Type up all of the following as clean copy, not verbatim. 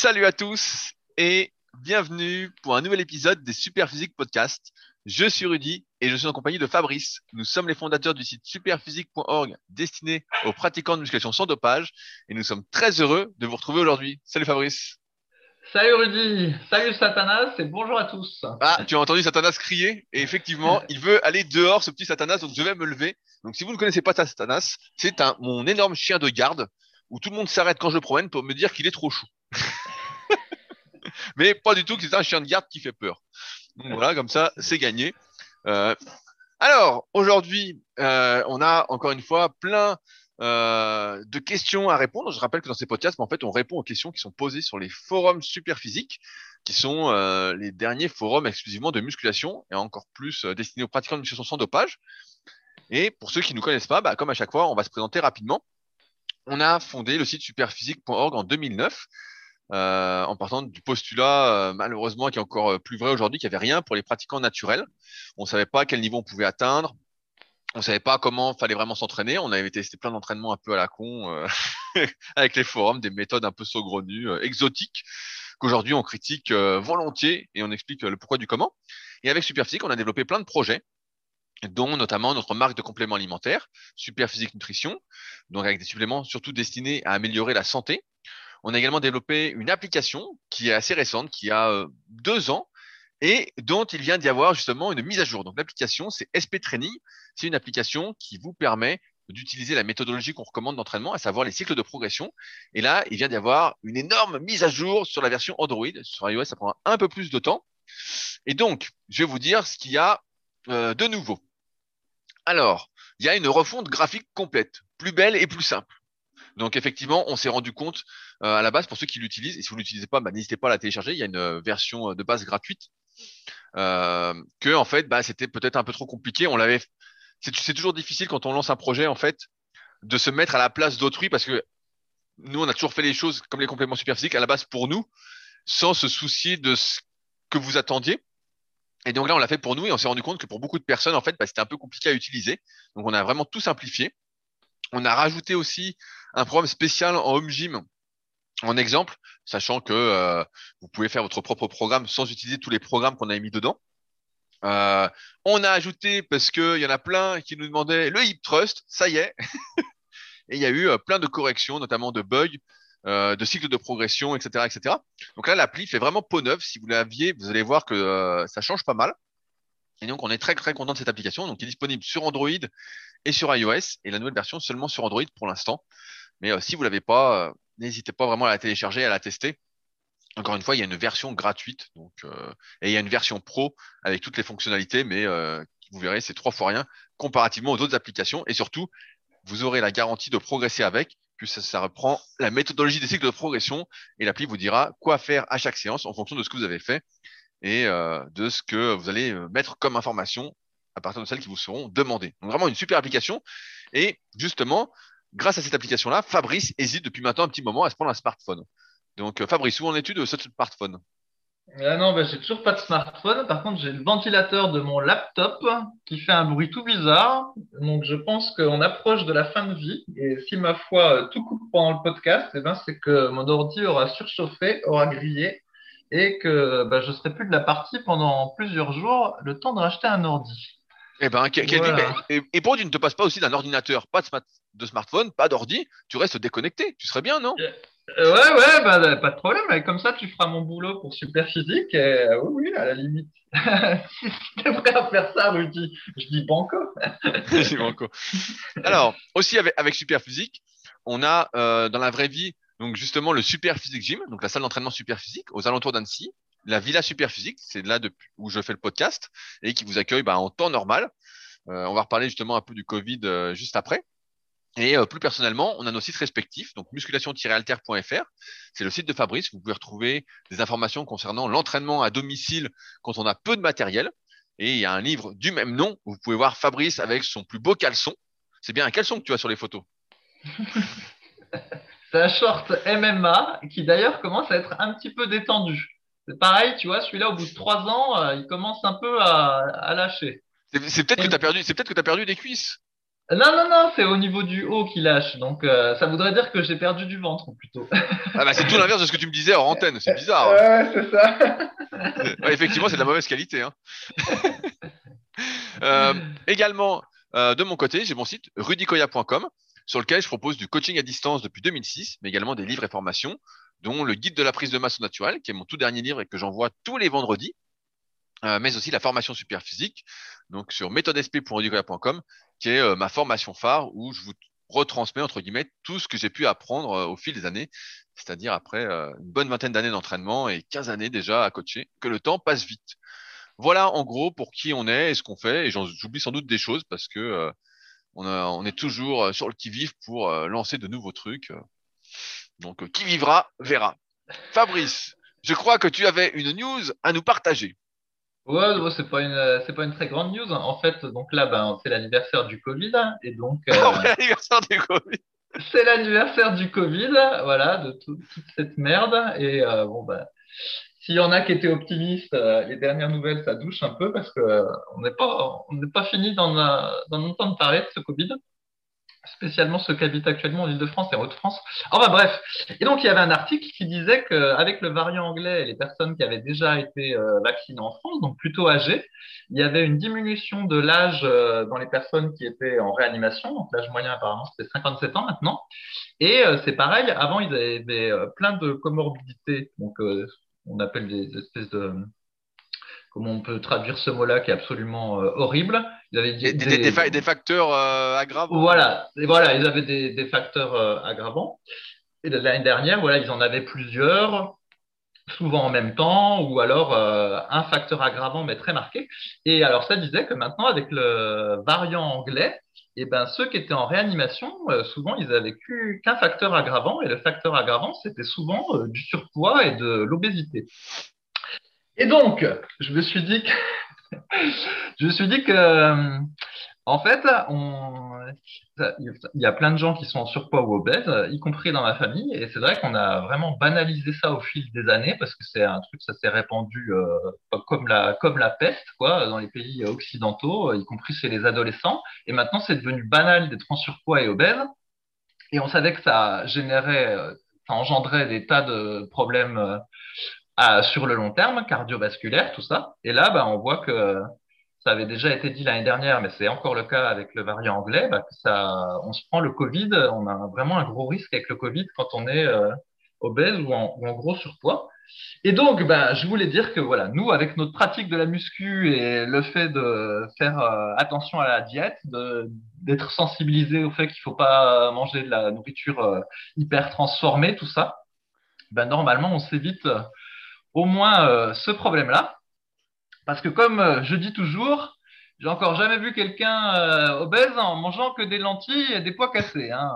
Salut à tous et bienvenue pour un nouvel épisode des Superphysique Podcast. Je suis Rudy et je suis en compagnie de Fabrice. Nous sommes les fondateurs du site superphysique.org destiné aux pratiquants de musculation sans dopage et nous sommes très heureux de vous retrouver aujourd'hui. Salut Fabrice. Salut Rudy, salut Satanas et bonjour à tous. Ah, tu as entendu Satanas crier et effectivement, il veut aller dehors ce petit Satanas donc je vais me lever. Donc si vous ne connaissez pas Satanas, c'est mon énorme chien de garde où tout le monde s'arrête quand je le promène pour me dire qu'il est trop chou. Mais pas du tout que c'est un chien de garde qui fait peur. Donc voilà, comme ça, c'est gagné. Euh, alors, aujourd'hui, on a encore une fois plein de questions à répondre. Je rappelle que dans ces podcasts, en fait, on répond aux questions qui sont posées sur les forums Superphysique, qui sont les derniers forums exclusivement de musculation et encore plus destinés aux pratiquants de musculation sans dopage. Et pour ceux qui ne nous connaissent pas, comme à chaque fois, on va se présenter rapidement. On a fondé le site superphysique.org en 2009 en partant du postulat, malheureusement, qui est encore plus vrai aujourd'hui, qu'il n'y avait rien pour les pratiquants naturels. On ne savait pas quel niveau on pouvait atteindre. On ne savait pas comment fallait vraiment s'entraîner. On avait testé plein d'entraînements un peu à la con avec les forums, des méthodes un peu saugrenues, exotiques, qu'aujourd'hui on critique volontiers et on explique le pourquoi du comment. Et avec Superphysique, on a développé plein de projets dont notamment notre marque de compléments alimentaires, Superphysique Nutrition, donc avec des suppléments surtout destinés à améliorer la santé. On a également développé une application qui est assez récente, qui a 2 ans et dont il vient d'y avoir justement une mise à jour. Donc l'application, c'est SP Training. C'est une application qui vous permet d'utiliser la méthodologie qu'on recommande d'entraînement, à savoir les cycles de progression. Et là, il vient d'y avoir une énorme mise à jour sur la version Android. Sur iOS, ça prendra un peu plus de temps. Et donc, je vais vous dire ce qu'il y a de nouveau. Alors, il y a une refonte graphique complète, plus belle et plus simple. Donc effectivement, on s'est rendu compte à la base pour ceux qui l'utilisent, et si vous l'utilisez pas, n'hésitez pas à la télécharger. Il y a une version de base gratuite que en fait, c'était peut-être un peu trop compliqué. C'est toujours difficile quand on lance un projet en fait de se mettre à la place d'autrui parce que nous, on a toujours fait les choses comme les compléments superphysiques à la base pour nous, sans se soucier de ce que vous attendiez. Et donc là, on l'a fait pour nous et on s'est rendu compte que pour beaucoup de personnes, en fait, c'était un peu compliqué à utiliser. Donc on a vraiment tout simplifié. On a rajouté aussi un programme spécial en home gym en exemple, sachant que vous pouvez faire votre propre programme sans utiliser tous les programmes qu'on a mis dedans. Euh, on a ajouté, parce qu'il y en a plein qui nous demandaient le hip thrust, ça y est, et il y a eu plein de corrections, notamment de bugs, de cycles de progression, etc., etc. Donc là, l'appli fait vraiment peau neuve. Si vous l'aviez, vous allez voir que ça change pas mal. Et donc, on est très très content de cette application. Donc, qui est disponible sur Android et sur iOS, et la nouvelle version seulement sur Android pour l'instant. Mais si vous l'avez pas, n'hésitez pas vraiment à la télécharger, à la tester. Encore une fois, il y a une version gratuite, et il y a une version pro avec toutes les fonctionnalités, mais vous verrez, c'est 3 fois rien comparativement aux autres applications. Et surtout, vous aurez la garantie de progresser avec, puisque ça reprend la méthodologie des cycles de progression, et l'appli vous dira quoi faire à chaque séance en fonction de ce que vous avez fait et de ce que vous allez mettre comme information à partir de celles qui vous seront demandées. Donc vraiment une super application. Et justement, grâce à cette application-là, Fabrice hésite depuis maintenant un petit moment à se prendre un smartphone. Donc Fabrice, où en es-tu de ce smartphone? Ah non, j'ai toujours pas de smartphone. Par contre, j'ai le ventilateur de mon laptop qui fait un bruit tout bizarre. Donc, je pense qu'on approche de la fin de vie. Et si ma foi tout coupe pendant le podcast, c'est que mon ordi aura surchauffé, aura grillé et que je serai plus de la partie pendant plusieurs jours, le temps de racheter un ordi. Eh ben, quelle vie, mais, Voilà. et pourquoi tu ne te passes pas aussi d'un ordinateur, pas de smartphone, pas d'ordi, tu restes déconnecté, tu serais bien, non? Ouais, pas de problème. Et comme ça, tu feras mon boulot pour Super Physique. Et, oui, oui, à la limite. Si t'es prêt à faire ça, Rudy, je dis banco. J'ai manqué. Alors, aussi avec Superphysique, on a dans la vraie vie, donc justement le Superphysique Gym, donc la salle d'entraînement Superphysique aux alentours d'Annecy, la Villa Superphysique, c'est là depuis où je fais le podcast et qui vous accueille en temps normal. On va reparler justement un peu du Covid juste après. Et plus personnellement, on a nos sites respectifs, donc musculation-alter.fr, c'est le site de Fabrice. Vous pouvez retrouver des informations concernant l'entraînement à domicile quand on a peu de matériel. Et il y a un livre du même nom où vous pouvez voir Fabrice avec son plus beau caleçon. C'est bien un caleçon que tu as sur les photos. C'est un short MMA qui d'ailleurs commence à être un petit peu détendu. C'est pareil, tu vois, celui-là, au bout de 3 ans, il commence un peu à lâcher. C'est peut-être que Et tu as perdu, c'est peut-être que tu as perdu des cuisses. Non, non, non, c'est au niveau du haut qui lâche. Donc, ça voudrait dire que j'ai perdu du ventre plutôt. Ah bah c'est tout l'inverse de ce que tu me disais hors antenne, c'est bizarre. Ouais, c'est ça. Ouais, effectivement, c'est de la mauvaise qualité, hein. Euh, également, de mon côté, j'ai mon site rudicoya.com sur lequel je propose du coaching à distance depuis 2006, mais également des livres et formations, dont le guide de la prise de masse au naturel, qui est mon tout dernier livre et que j'envoie tous les vendredis, mais aussi la formation super physique, donc sur méthodesp.rudicoya.com, qui est ma formation phare où je vous retransmets, entre guillemets, tout ce que j'ai pu apprendre au fil des années, c'est-à-dire après une bonne vingtaine d'années d'entraînement et 15 années déjà à coacher, que le temps passe vite. Voilà en gros pour qui on est et ce qu'on fait. Et j'oublie sans doute des choses parce que on est toujours sur le qui-vive pour lancer de nouveaux trucs. Donc qui vivra verra. Fabrice, je crois que tu avais une news à nous partager. Ouais, ouais, c'est pas une très grande news. En fait, donc là, ben, c'est l'anniversaire du Covid. Et donc, En vrai anniversaire du Covid. c'est l'anniversaire du Covid, voilà, de toute cette merde. Et bon, ben, s'il y en a qui étaient optimistes, les dernières nouvelles, ça douche un peu parce que on n'est pas fini d'en entendre parler de ce Covid, spécialement ceux qui habitent actuellement en Île-de-France et en Haute-France. Enfin bref. Et donc, il y avait un article qui disait qu'avec le variant anglais et les personnes qui avaient déjà été vaccinées en France, donc plutôt âgées, il y avait une diminution de l'âge dans les personnes qui étaient en réanimation. Donc, l'âge moyen, apparemment, c'était 57 ans maintenant. Et c'est pareil, avant, ils avaient plein de comorbidités. Donc, on appelle des espèces de... Comment on peut traduire ce mot-là qui est absolument horrible. Ils avaient Des facteurs aggravants. voilà, et voilà, ils avaient des facteurs aggravants. Et l'année dernière, voilà, ils en avaient plusieurs, souvent en même temps, ou alors un facteur aggravant mais très marqué. Et alors ça disait que maintenant, avec le variant anglais, eh ben, ceux qui étaient en réanimation, souvent, ils avaient qu'un facteur aggravant, et le facteur aggravant, c'était souvent du surpoids et de l'obésité. Et donc, je me suis dit que, je me suis dit que en fait, il y a plein de gens qui sont en surpoids ou obèses, y compris dans ma famille, et c'est vrai qu'on a vraiment banalisé ça au fil des années parce que c'est un truc, ça s'est répandu comme la peste, quoi, dans les pays occidentaux, y compris chez les adolescents. Et maintenant, c'est devenu banal d'être en surpoids et obèse. Et on savait que ça engendrait des tas de problèmes sur le long terme, cardiovasculaires, tout ça. Et là, bah, on voit que ça avait déjà été dit l'année dernière, mais c'est encore le cas avec le variant anglais, bah, que on se prend le Covid, on a vraiment un gros risque avec le Covid quand on est obèse ou en gros surpoids. Et donc, bah, je voulais dire que voilà, nous, avec notre pratique de la muscu et le fait de faire attention à la diète, d'être sensibilisé au fait qu'il faut pas manger de la nourriture hyper transformée, tout ça, bah, normalement, on s'évite au moins ce problème-là. Parce que comme je dis toujours, j'ai encore jamais vu quelqu'un obèse en mangeant que des lentilles et des pois cassés, hein.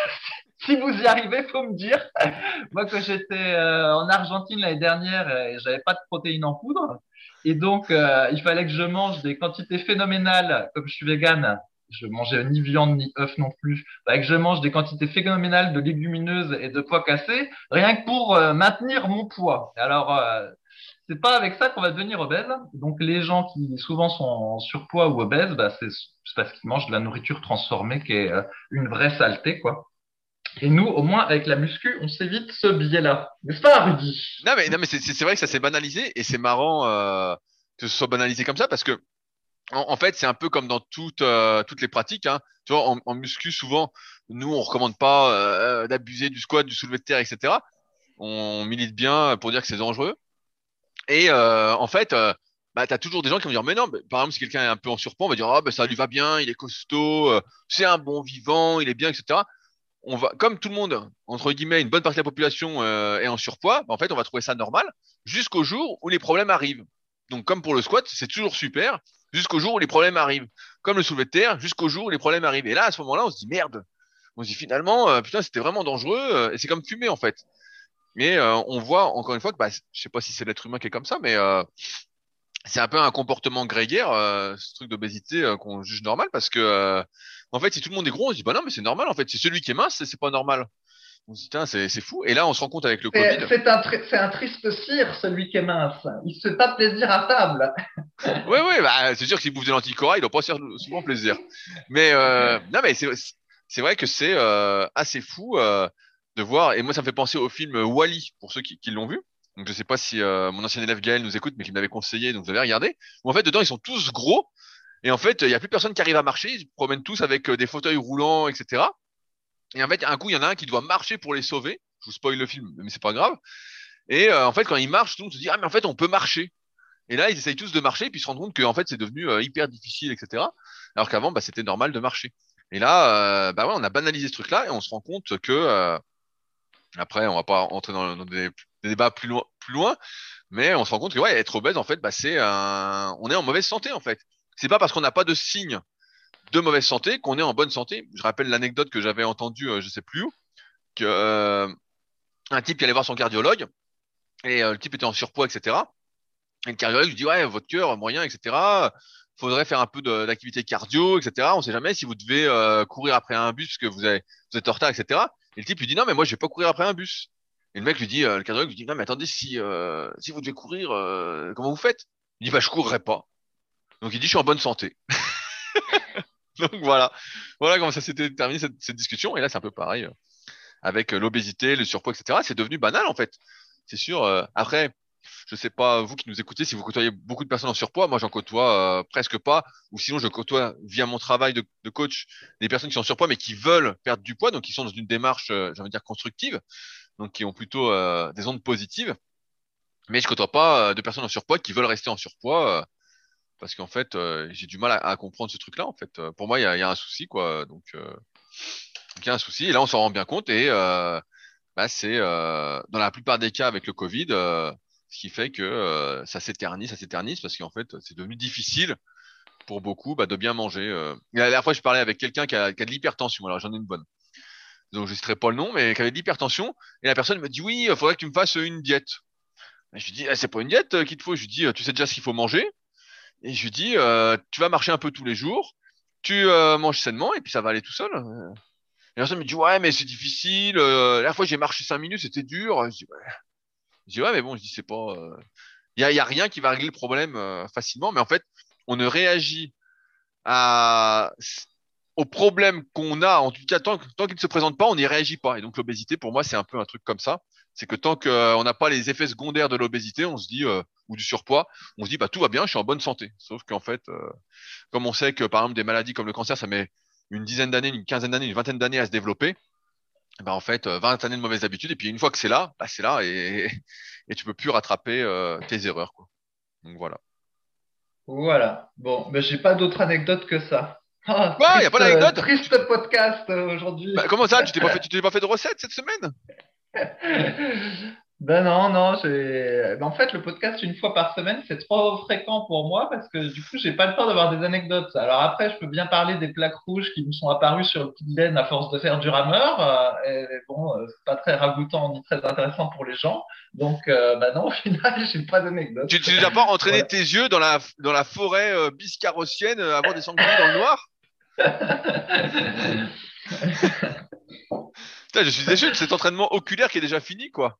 Si vous y arrivez, faut me dire. Moi, quand j'étais en Argentine l'année dernière, j'avais pas de protéines en poudre. Et donc, il fallait que je mange des quantités phénoménales, comme je suis végane. Je mangeais ni viande ni œufs non plus. Il fallait que je mange des quantités phénoménales de légumineuses et de pois cassés, rien que pour maintenir mon poids. Alors, c'est pas avec ça qu'on va devenir obèse. Donc, les gens qui souvent sont en surpoids ou obèses, bah, c'est parce qu'ils mangent de la nourriture transformée qui est une vraie saleté, quoi. Et nous, au moins, avec la muscu, on s'évite ce biais-là. N'est-ce pas, Rudy? Non mais c'est vrai que ça s'est banalisé et c'est marrant que ce soit banalisé comme ça parce que en fait, c'est un peu comme dans toutes les pratiques, hein. Tu vois, en muscu, souvent, nous, on recommande pas d'abuser du squat, du soulevé de terre, etc. On milite bien pour dire que c'est dangereux. Et en fait, bah, t'as toujours des gens qui vont dire, mais non, bah, par exemple, si quelqu'un est un peu en surpoids, on va dire, ah, bah, ça lui va bien, il est costaud, c'est un bon vivant, il est bien, etc. On va, comme tout le monde, entre guillemets, une bonne partie de la population est en surpoids, bah, en fait, on va trouver ça normal jusqu'au jour où les problèmes arrivent. Donc, comme pour le squat, c'est toujours super jusqu'au jour où les problèmes arrivent. Comme le soulevé de terre, jusqu'au jour où les problèmes arrivent. Et là, à ce moment-là, on se dit merde. On se dit finalement, putain, c'était vraiment dangereux. Et c'est comme fumer en fait. Mais on voit encore une fois que, bah, je sais pas si c'est l'être humain qui est comme ça, mais c'est un peu un comportement grégaire, ce truc d'obésité qu'on juge normal parce que en fait, si tout le monde est gros, on se dit bah non, mais c'est normal en fait. C'est celui qui est mince, c'est pas normal. On se dit, tiens, c'est fou. Et là, on se rend compte avec le C'est Covid. c'est un triste cire, celui qui est mince. Il se fait pas plaisir à table. Oui, oui, bah, c'est sûr que s'il bouffe de l'anticorail, il doit pas se faire souvent plaisir. Mais non, mais c'est vrai que c'est assez fou de voir. Et moi, ça me fait penser au film Wall-E pour ceux qui l'ont vu. Donc, je sais pas si mon ancien élève Gaël nous écoute, mais qui m'avait conseillé, donc vous avez regardé. Où en fait, dedans, ils sont tous gros. Et en fait, il y a plus personne qui arrive à marcher. Ils se promènent tous avec des fauteuils roulants, etc. Et en fait, un coup, il y en a un qui doit marcher pour les sauver. Je vous spoil le film, mais c'est pas grave. Et en fait, quand ils marchent, tout le monde se dit, ah, mais en fait, on peut marcher. Et là, ils essayent tous de marcher, puis ils se rendent compte que en fait, c'est devenu hyper difficile, etc. Alors qu'avant, bah, c'était normal de marcher. Et là, bah ouais, on a banalisé ce truc-là et on se rend compte que après, on va pas entrer dans des débats plus loin, mais on se rend compte que ouais, être obèse, en fait, bah, on est en mauvaise santé, en fait. C'est pas parce qu'on n'a pas de signes de mauvaise santé qu'on est en bonne santé. Je rappelle l'anecdote que j'avais entendue, je sais plus où, que un type qui allait voir son cardiologue et le type était en surpoids, etc. Et le cardiologue lui dit, ouais, votre cœur moyen, etc. Faudrait faire un peu d'activité cardio, etc. On sait jamais si vous devez courir après un bus parce que vous êtes en retard, etc. Et le type lui dit, non, mais moi, je vais pas courir après un bus. Et le mec lui dit, le cardiologue lui dit, non, mais attendez, si vous devez courir, comment vous faites? Il dit, bah, je courrai pas. Donc il dit, je suis en bonne santé. Donc voilà. Voilà comment ça s'était terminé cette discussion. Et là, c'est un peu pareil avec l'obésité, le surpoids, etc. C'est devenu banal, en fait. C'est sûr. Après, je sais pas, vous qui nous écoutez, si vous côtoyez beaucoup de personnes en surpoids, moi j'en côtoie presque pas, ou sinon je côtoie via mon travail de coach des personnes qui sont en surpoids mais qui veulent perdre du poids, donc qui sont dans une démarche, j'ai envie de dire, constructive, donc qui ont plutôt des ondes positives. Mais je côtoie pas de personnes en surpoids qui veulent rester en surpoids parce qu'en fait j'ai du mal à comprendre ce truc-là. En fait, pour moi il y a un souci quoi, donc il y a un souci et là on s'en rend bien compte et bah, c'est dans la plupart des cas avec le Covid, ce qui fait que ça s'éternise parce qu'en fait, c'est devenu difficile pour beaucoup bah, de bien manger. Et la dernière fois, je parlais avec quelqu'un qui a de l'hypertension. Alors, j'en ai une bonne. Donc, je ne citerai pas le nom, mais qui avait de l'hypertension. Et la personne me dit, oui, il faudrait que tu me fasses une diète. Et je lui dis, ah, c'est pas une diète qu'il te faut. Je lui dis, tu sais déjà ce qu'il faut manger. Et je lui dis, tu vas marcher un peu tous les jours. Tu manges sainement et puis ça va aller tout seul. Et la personne me dit, ouais, mais c'est difficile. La dernière fois, j'ai marché 5 minutes, c'était dur. Je dis ouais, mais bon, je dis c'est pas. Y a rien qui va régler le problème facilement, mais en fait, on ne réagit à au problème qu'on a, en tout cas tant qu'il ne se présente pas, on n'y réagit pas. Et donc l'obésité, pour moi, c'est un peu un truc comme ça. C'est que tant qu'on n'a pas les effets secondaires de l'obésité, on se dit ou du surpoids, on se dit bah tout va bien, je suis en bonne santé. Sauf qu'en fait, comme on sait que par exemple des maladies comme le cancer, ça met une dizaine d'années, une quinzaine d'années, une vingtaine d'années à se développer. Bah en fait 20 années de mauvaises habitudes et puis une fois que c'est là, bah c'est là et tu peux plus rattraper tes erreurs quoi. Donc voilà. Voilà. Bon, mais j'ai pas d'autre anecdote que ça. Ah, Quoi, y a pas d'anecdote? triste podcast aujourd'hui. Bah, comment ça, tu t'es pas fait de recette cette semaine? Ben non, non, en fait, le podcast une fois par semaine, c'est trop fréquent pour moi parce que du coup, j'ai pas le temps d'avoir des anecdotes. Alors après, je peux bien parler des plaques rouges qui me sont apparues sur le petit laine à force de faire du rameur. Et bon, c'est pas très ragoûtant ni très intéressant pour les gens. Donc, ben non, au final, j'ai pas d'anecdote. Tu n'as pas entraîné Voilà. tes yeux dans la forêt biscarrossienne à voir des sangliers dans le noir? Putain, je suis déçu de cet entraînement oculaire qui est déjà fini quoi.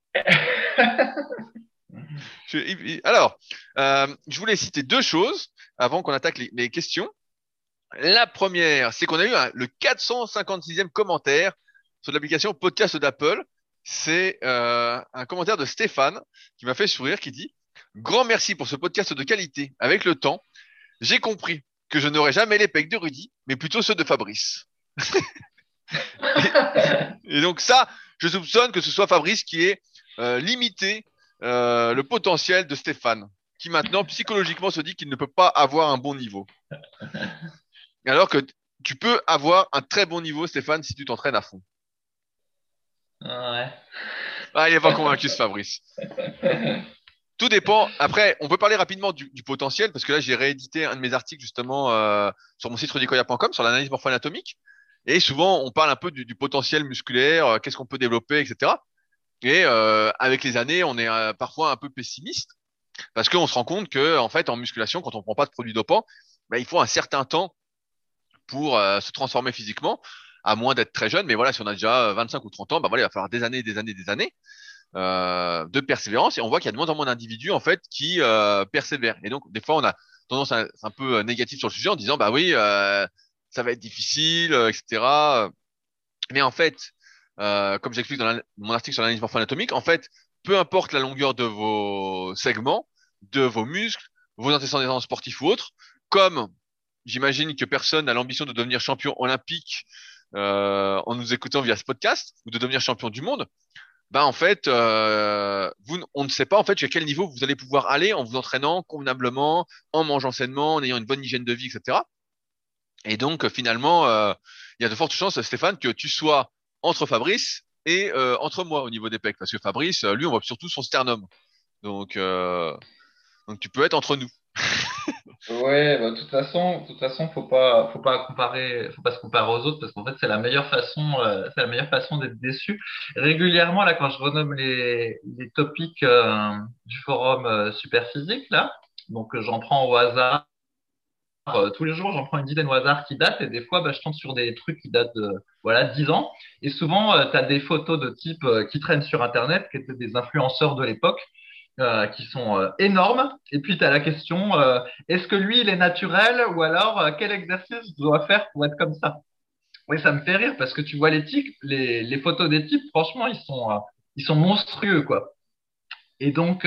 Alors, je voulais citer deux choses avant qu'on attaque les questions. La première, c'est qu'on a eu le 456e commentaire sur l'application podcast d'Apple. C'est un commentaire de Stéphane qui m'a fait sourire, qui dit: Grand merci pour ce podcast de qualité. Avec le temps, j'ai compris que je n'aurai jamais les pecs de Rudy, mais plutôt ceux de Fabrice. Et, et donc ça, je soupçonne que ce soit Fabrice qui ait limité le potentiel de Stéphane, qui maintenant psychologiquement se dit qu'il ne peut pas avoir un bon niveau. Alors que tu peux avoir un très bon niveau, Stéphane, si tu t'entraînes à fond. Ouais. Ah, il est pas convaincu, ce Fabrice. Tout dépend. Après, on peut parler rapidement du potentiel, parce que là, j'ai réédité un de mes articles justement sur mon site rudicoya.com sur l'analyse morpho-anatomique. Et souvent, on parle un peu du potentiel musculaire, qu'est-ce qu'on peut développer, etc. Et avec les années, on est parfois un peu pessimiste, parce qu'on se rend compte que, en fait, en musculation, quand on prend pas de produits dopants, bah, il faut un certain temps pour se transformer physiquement. à moins d'être très jeune. Mais voilà, si on a déjà 25 ou 30 ans, bah voilà, il va falloir des années, des années, des années de persévérance. Et on voit qu'il y a de moins en moins d'individus en fait qui persévèrent. Et donc, des fois, on a tendance à être un peu négatif sur le sujet en disant, bah oui, ça va être difficile, etc. Mais en fait, comme j'explique dans mon article sur l'analyse morpho-anatomique, en fait, peu importe la longueur de vos segments, de vos muscles, vos antécédents sportifs ou autres, comme j'imagine que personne n'a l'ambition de devenir champion olympique en nous écoutant via ce podcast ou de devenir champion du monde, bah en fait, on ne sait pas en fait jusqu'à quel niveau vous allez pouvoir aller en vous entraînant convenablement, en mangeant sainement, en ayant une bonne hygiène de vie, etc. Et donc, finalement, il y a de fortes chances, Stéphane, que tu sois entre Fabrice et entre moi au niveau des pecs. Parce que Fabrice, lui, on voit surtout son sternum. Donc, euh, donc tu peux être entre nous. Ouais, bah, de toute façon, faut pas comparer, faut pas se comparer aux autres parce qu'en fait, c'est la meilleure façon d'être déçu. Régulièrement, là, quand je renomme les topics du forum Superphysique, là, donc j'en prends au hasard. Tous les jours, j'en prends une dizaine au hasard qui datent et des fois, bah, je tombe sur des trucs qui datent de, voilà, 10 ans. Et souvent, tu as des photos de type qui traînent sur Internet, qui étaient des influenceurs de l'époque, qui sont énormes. Et puis, tu as la question, est-ce que lui, il est naturel ou alors quel exercice je dois faire pour être comme ça? Oui, ça me fait rire parce que tu vois les types, les photos des types, franchement, ils sont monstrueux, quoi. Et donc,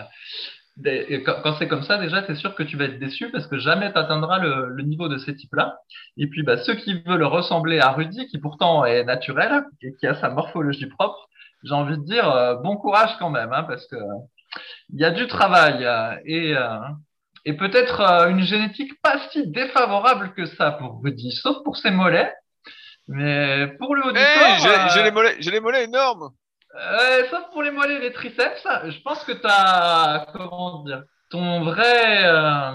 et quand c'est comme ça, déjà, tu es sûr que tu vas être déçu parce que jamais tu atteindras le niveau de ces types-là. Et puis, bah, ceux qui veulent ressembler à Rudy, qui pourtant est naturel et qui a sa morphologie propre, j'ai envie de dire bon courage quand même, hein, parce que il y a du travail et peut-être une génétique pas si défavorable que ça pour Rudy, sauf pour ses mollets. Mais pour le haut du Hey, corps, j'ai les mollets énormes. sauf pour les mollets et les triceps, je pense que tu as, comment dire, ton vrai,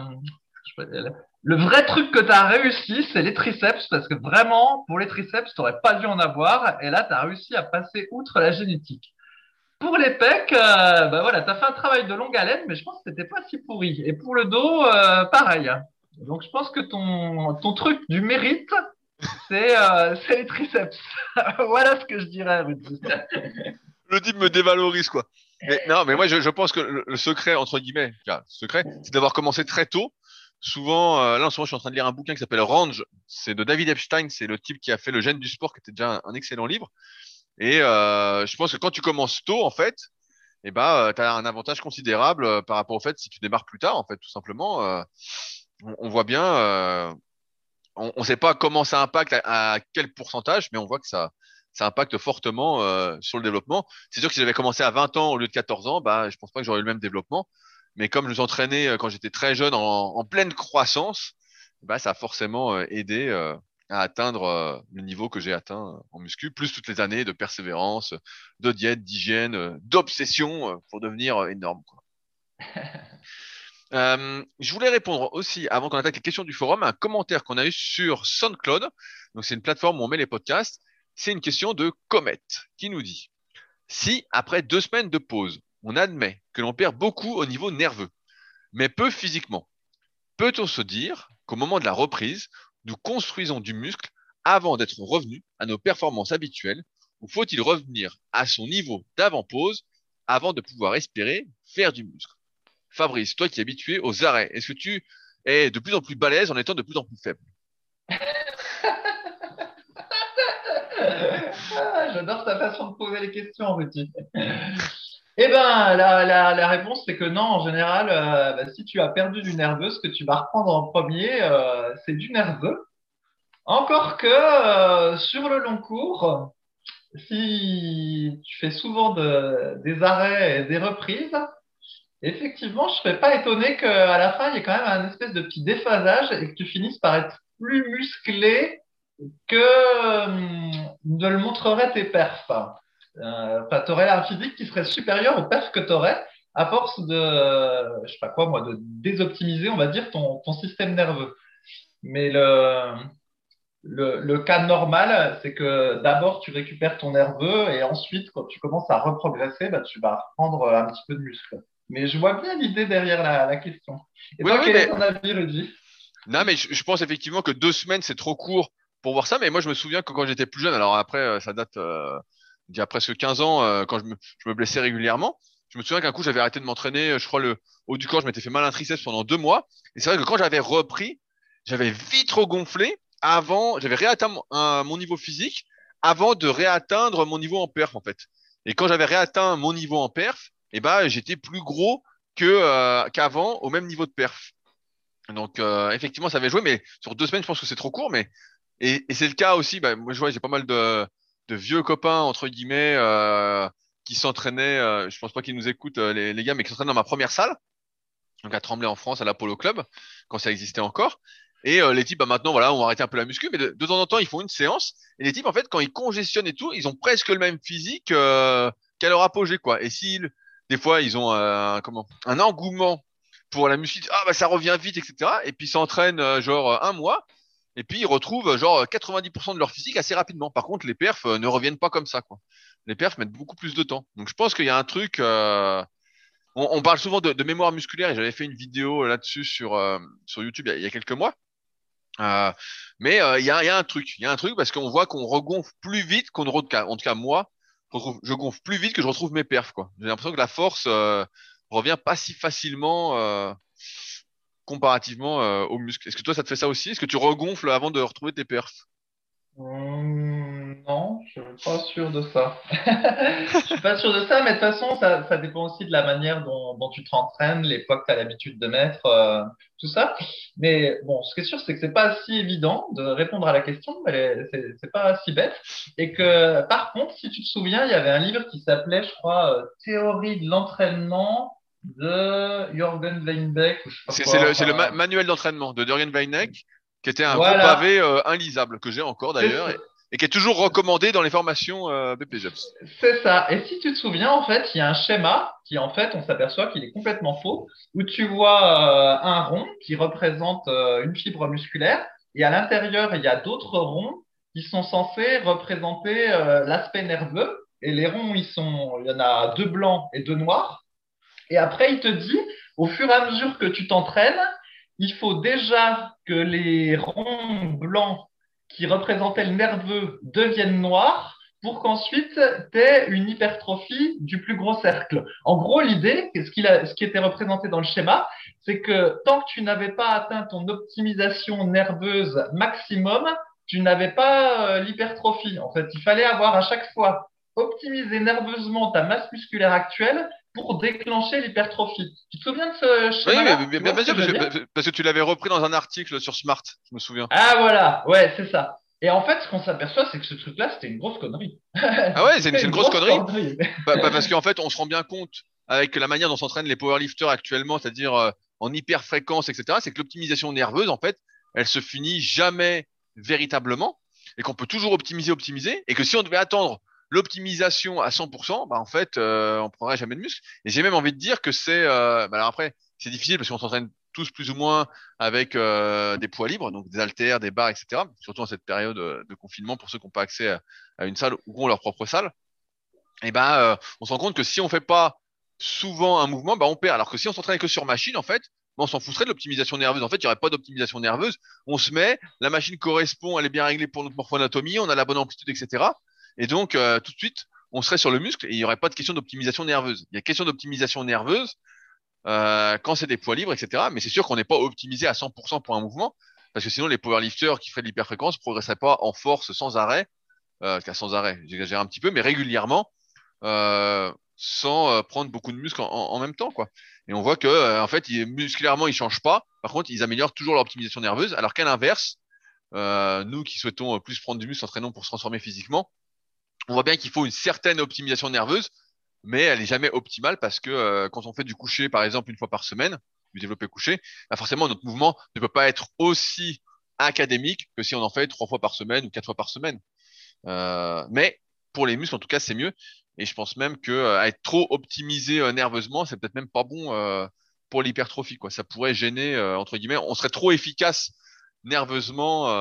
le vrai truc que tu as réussi, c'est les triceps, parce que vraiment, pour les triceps, tu n'aurais pas dû en avoir, et là, tu as réussi à passer outre la génétique. Pour les pecs, bah voilà, tu as fait un travail de longue haleine, mais je pense que c'était pas si pourri. Et pour le dos, pareil. Donc, je pense que ton truc du mérite, c'est les triceps. Voilà ce que je dirais, Rudy. Le type me dévalorise, quoi. Mais non, mais moi, je pense que le secret, entre guillemets, enfin, secret, c'est d'avoir commencé très tôt. Souvent, là, en ce moment, je suis en train de lire un bouquin qui s'appelle Range. C'est de David Epstein. C'est le type qui a fait Le gène du sport, qui était déjà un excellent livre. Et je pense que quand tu commences tôt, en fait, eh ben, tu as un avantage considérable par rapport au fait si tu démarres plus tard, en fait, tout simplement. On voit bien, on ne sait pas comment ça impacte, à quel pourcentage, mais on voit que ça impacte fortement sur le développement. C'est sûr que si j'avais commencé à 20 ans au lieu de 14 ans, bah, je pense pas que j'aurais eu le même développement. Mais comme je nous entraînais quand j'étais très jeune en pleine croissance, bah, ça a forcément aidé à atteindre le niveau que j'ai atteint en muscu, plus toutes les années de persévérance, de diète, d'hygiène, d'obsession pour devenir énorme, quoi. Je voulais répondre aussi, avant qu'on attaque les questions du forum, à un commentaire qu'on a eu sur SoundCloud. Donc, c'est une plateforme où on met les podcasts. C'est une question de Comet qui nous dit, si après 2 semaines de pause, on admet que l'on perd beaucoup au niveau nerveux, mais peu physiquement, peut-on se dire qu'au moment de la reprise, nous construisons du muscle avant d'être revenus à nos performances habituelles, ou faut-il revenir à son niveau d'avant-pause avant de pouvoir espérer faire du muscle? Fabrice, toi qui es habitué aux arrêts, est-ce que tu es de plus en plus balèze en étant de plus en plus faible? Ah, j'adore ta façon de poser les questions, Rudy. Eh ben, la réponse, c'est que non, en général, bah, si tu as perdu du nerveux, ce que tu vas reprendre en premier, c'est du nerveux. Encore que sur le long cours, si tu fais souvent des arrêts et des reprises, effectivement, je serais pas étonné qu'à la fin, il y ait quand même un espèce de petit déphasage et que tu finisses par être plus musclé que ne le montreraient tes perfs. Enfin, tu aurais un physique qui serait supérieur aux perfs que tu aurais à force de, je sais pas quoi moi, de désoptimiser, on va dire, ton système nerveux. Mais le cas normal, c'est que d'abord tu récupères ton nerveux et ensuite, quand tu commences à reprogresser, bah, tu vas reprendre un petit peu de muscle. Mais je vois bien l'idée derrière la question. Et Oui, toi, oui, quel est mais ton avis, Rudy? non, mais je pense effectivement que 2 semaines c'est trop court pour voir ça. Mais moi, je me souviens que quand j'étais plus jeune, alors après, ça date d'il y a presque 15 ans, quand je me blessais régulièrement. Je me souviens qu'un coup, j'avais arrêté de m'entraîner. Je crois le haut du corps, je m'étais fait mal à un triceps pendant 2 mois. Et c'est vrai que quand j'avais repris, j'avais vite regonflé avant, j'avais réatteint mon niveau physique avant de réatteindre mon niveau en perf, en fait. Et quand j'avais réatteint mon niveau en perf, eh ben, j'étais plus gros qu'avant au même niveau de perf. Donc effectivement, ça avait joué, mais sur 2 semaines, je pense que c'est trop court. Mais et c'est le cas aussi. Bah, moi, je vois, j'ai pas mal de vieux copains entre guillemets qui s'entraînaient. Je pense pas qu'ils nous écoutent les gars, mais qui s'entraînent dans ma première salle, donc à Tremblay en France, à l'Apollo Club, quand ça existait encore. Et les types, bah maintenant, voilà, on va arrêter un peu la muscu, mais de temps en temps, ils font une séance. Et les types, en fait, quand ils congestionnent et tout, ils ont presque le même physique qu'à leur apogée, quoi. Et si des fois, ils ont un engouement pour la muscu, ah bah ça revient vite, etc. Et puis ils s'entraînent genre un mois, et puis ils retrouvent genre 90% de leur physique assez rapidement. Par contre, les perfs ne reviennent pas comme ça, quoi. Les perfs mettent beaucoup plus de temps. Donc je pense qu'il y a un truc. On parle souvent de mémoire musculaire et j'avais fait une vidéo là-dessus sur YouTube il y a quelques mois. Euh, mais il y a un truc, il y a un truc parce qu'on voit qu'on regonfle plus vite qu'on ne en tout cas moi, je gonfle plus vite que je retrouve mes perfs quoi. J'ai l'impression que la force revient pas si facilement comparativement aux muscles. Est-ce que toi ça te fait ça aussi? Est-ce que tu regonfles avant de retrouver tes perfs? Non, je suis pas sûr de ça. Je suis pas sûr de ça, mais de toute façon, ça dépend aussi de la manière dont tu t'entraînes, les poids que tu as l'habitude de mettre, tout ça. Mais bon, ce qui est sûr, c'est que c'est pas si évident de répondre à la question, mais c'est pas si bête. Et que, par contre, si tu te souviens, il y avait un livre qui s'appelait, je crois, Théorie de l'entraînement de Jürgen Weinbeck, ou je sais pas C'est quoi. le Enfin, manuel d'entraînement de Jürgen Weineck, qui était un gros voilà. pavé inlisable, que j'ai encore C'est d'ailleurs, et qui est toujours recommandé dans les formations BPJEPS. C'est ça. Et si tu te souviens, en fait, il y a un schéma qui, en fait, on s'aperçoit qu'il est complètement faux, où tu vois un rond qui représente une fibre musculaire, et à l'intérieur, il y a d'autres ronds qui sont censés représenter l'aspect nerveux. Et les ronds, il y en a deux blancs et deux noirs. Et après, il te dit, au fur et à mesure que tu t'entraînes, il faut déjà que les ronds blancs qui représentaient le nerveux deviennent noirs pour qu'ensuite tu aies une hypertrophie du plus gros cercle. En gros, l'idée, ce qui était représenté dans le schéma, c'est que tant que tu n'avais pas atteint ton optimisation nerveuse maximum, tu n'avais pas l'hypertrophie. En fait, il fallait avoir à chaque fois optimisé nerveusement ta masse musculaire actuelle pour déclencher l'hypertrophie. Tu te souviens de ce Oui, mais schéma-là? Tu vois bien ce que sûr, je veux dire? parce que tu l'avais repris dans un article sur Smart, je me souviens. Ah voilà, ouais, c'est ça. Et en fait, ce qu'on s'aperçoit, c'est que ce truc-là, c'était une grosse connerie. Ah ouais, c'est C'était une une grosse grosse connerie. connerie. Parce qu'en fait, on se rend bien compte avec la manière dont s'entraînent les powerlifters actuellement, c'est-à-dire en hyper fréquence, etc., c'est que l'optimisation nerveuse, en fait, elle se finit jamais véritablement et qu'on peut toujours optimiser et que si on devait attendre l'optimisation à 100%, bah en fait, on prendrait jamais de muscle. Et j'ai même envie de dire que bah alors après, c'est difficile parce qu'on s'entraîne tous plus ou moins avec des poids libres, donc des haltères, des barres, etc. Surtout en cette période de confinement pour ceux qui n'ont pas accès à une salle ou qui ont leur propre salle et ben on se rend compte que si on fait pas souvent un mouvement, bah on perd. Alors que si on s'entraîne que sur machine, en fait, bah, on s'en foutrait de l'optimisation nerveuse. En fait, il n'y aurait pas d'optimisation nerveuse. On se met, la machine correspond, elle est bien réglée pour notre morphoanatomie, on a la bonne amplitude, etc. Et donc tout de suite, on serait sur le muscle et il n'y aurait pas de question d'optimisation nerveuse. Il y a question d'optimisation nerveuse quand c'est des poids libres, etc. Mais c'est sûr qu'on n'est pas optimisé à 100% pour un mouvement, parce que sinon les powerlifters qui feraient de l'hyperfréquence progresseraient pas en force sans arrêt, sans arrêt, j'exagère un petit peu, mais régulièrement sans prendre beaucoup de muscles en même temps, quoi. Et on voit que, en fait, musculairement, ils changent pas. Par contre, ils améliorent toujours leur optimisation nerveuse. Alors qu'à l'inverse, nous qui souhaitons plus prendre du muscle, s'entraînons pour se transformer physiquement, on voit bien qu'il faut une certaine optimisation nerveuse, mais elle est jamais optimale parce que quand on fait du coucher, par exemple, une fois par semaine, du développé couché, bah forcément, notre mouvement ne peut pas être aussi académique que si on en fait 3 fois par semaine ou 4 fois par semaine. Mais pour les muscles, en tout cas, c'est mieux. Et je pense même que être trop optimisé nerveusement, c'est peut-être même pas bon pour l'hypertrophie, quoi. Ça pourrait gêner entre guillemets. On serait trop efficace nerveusement,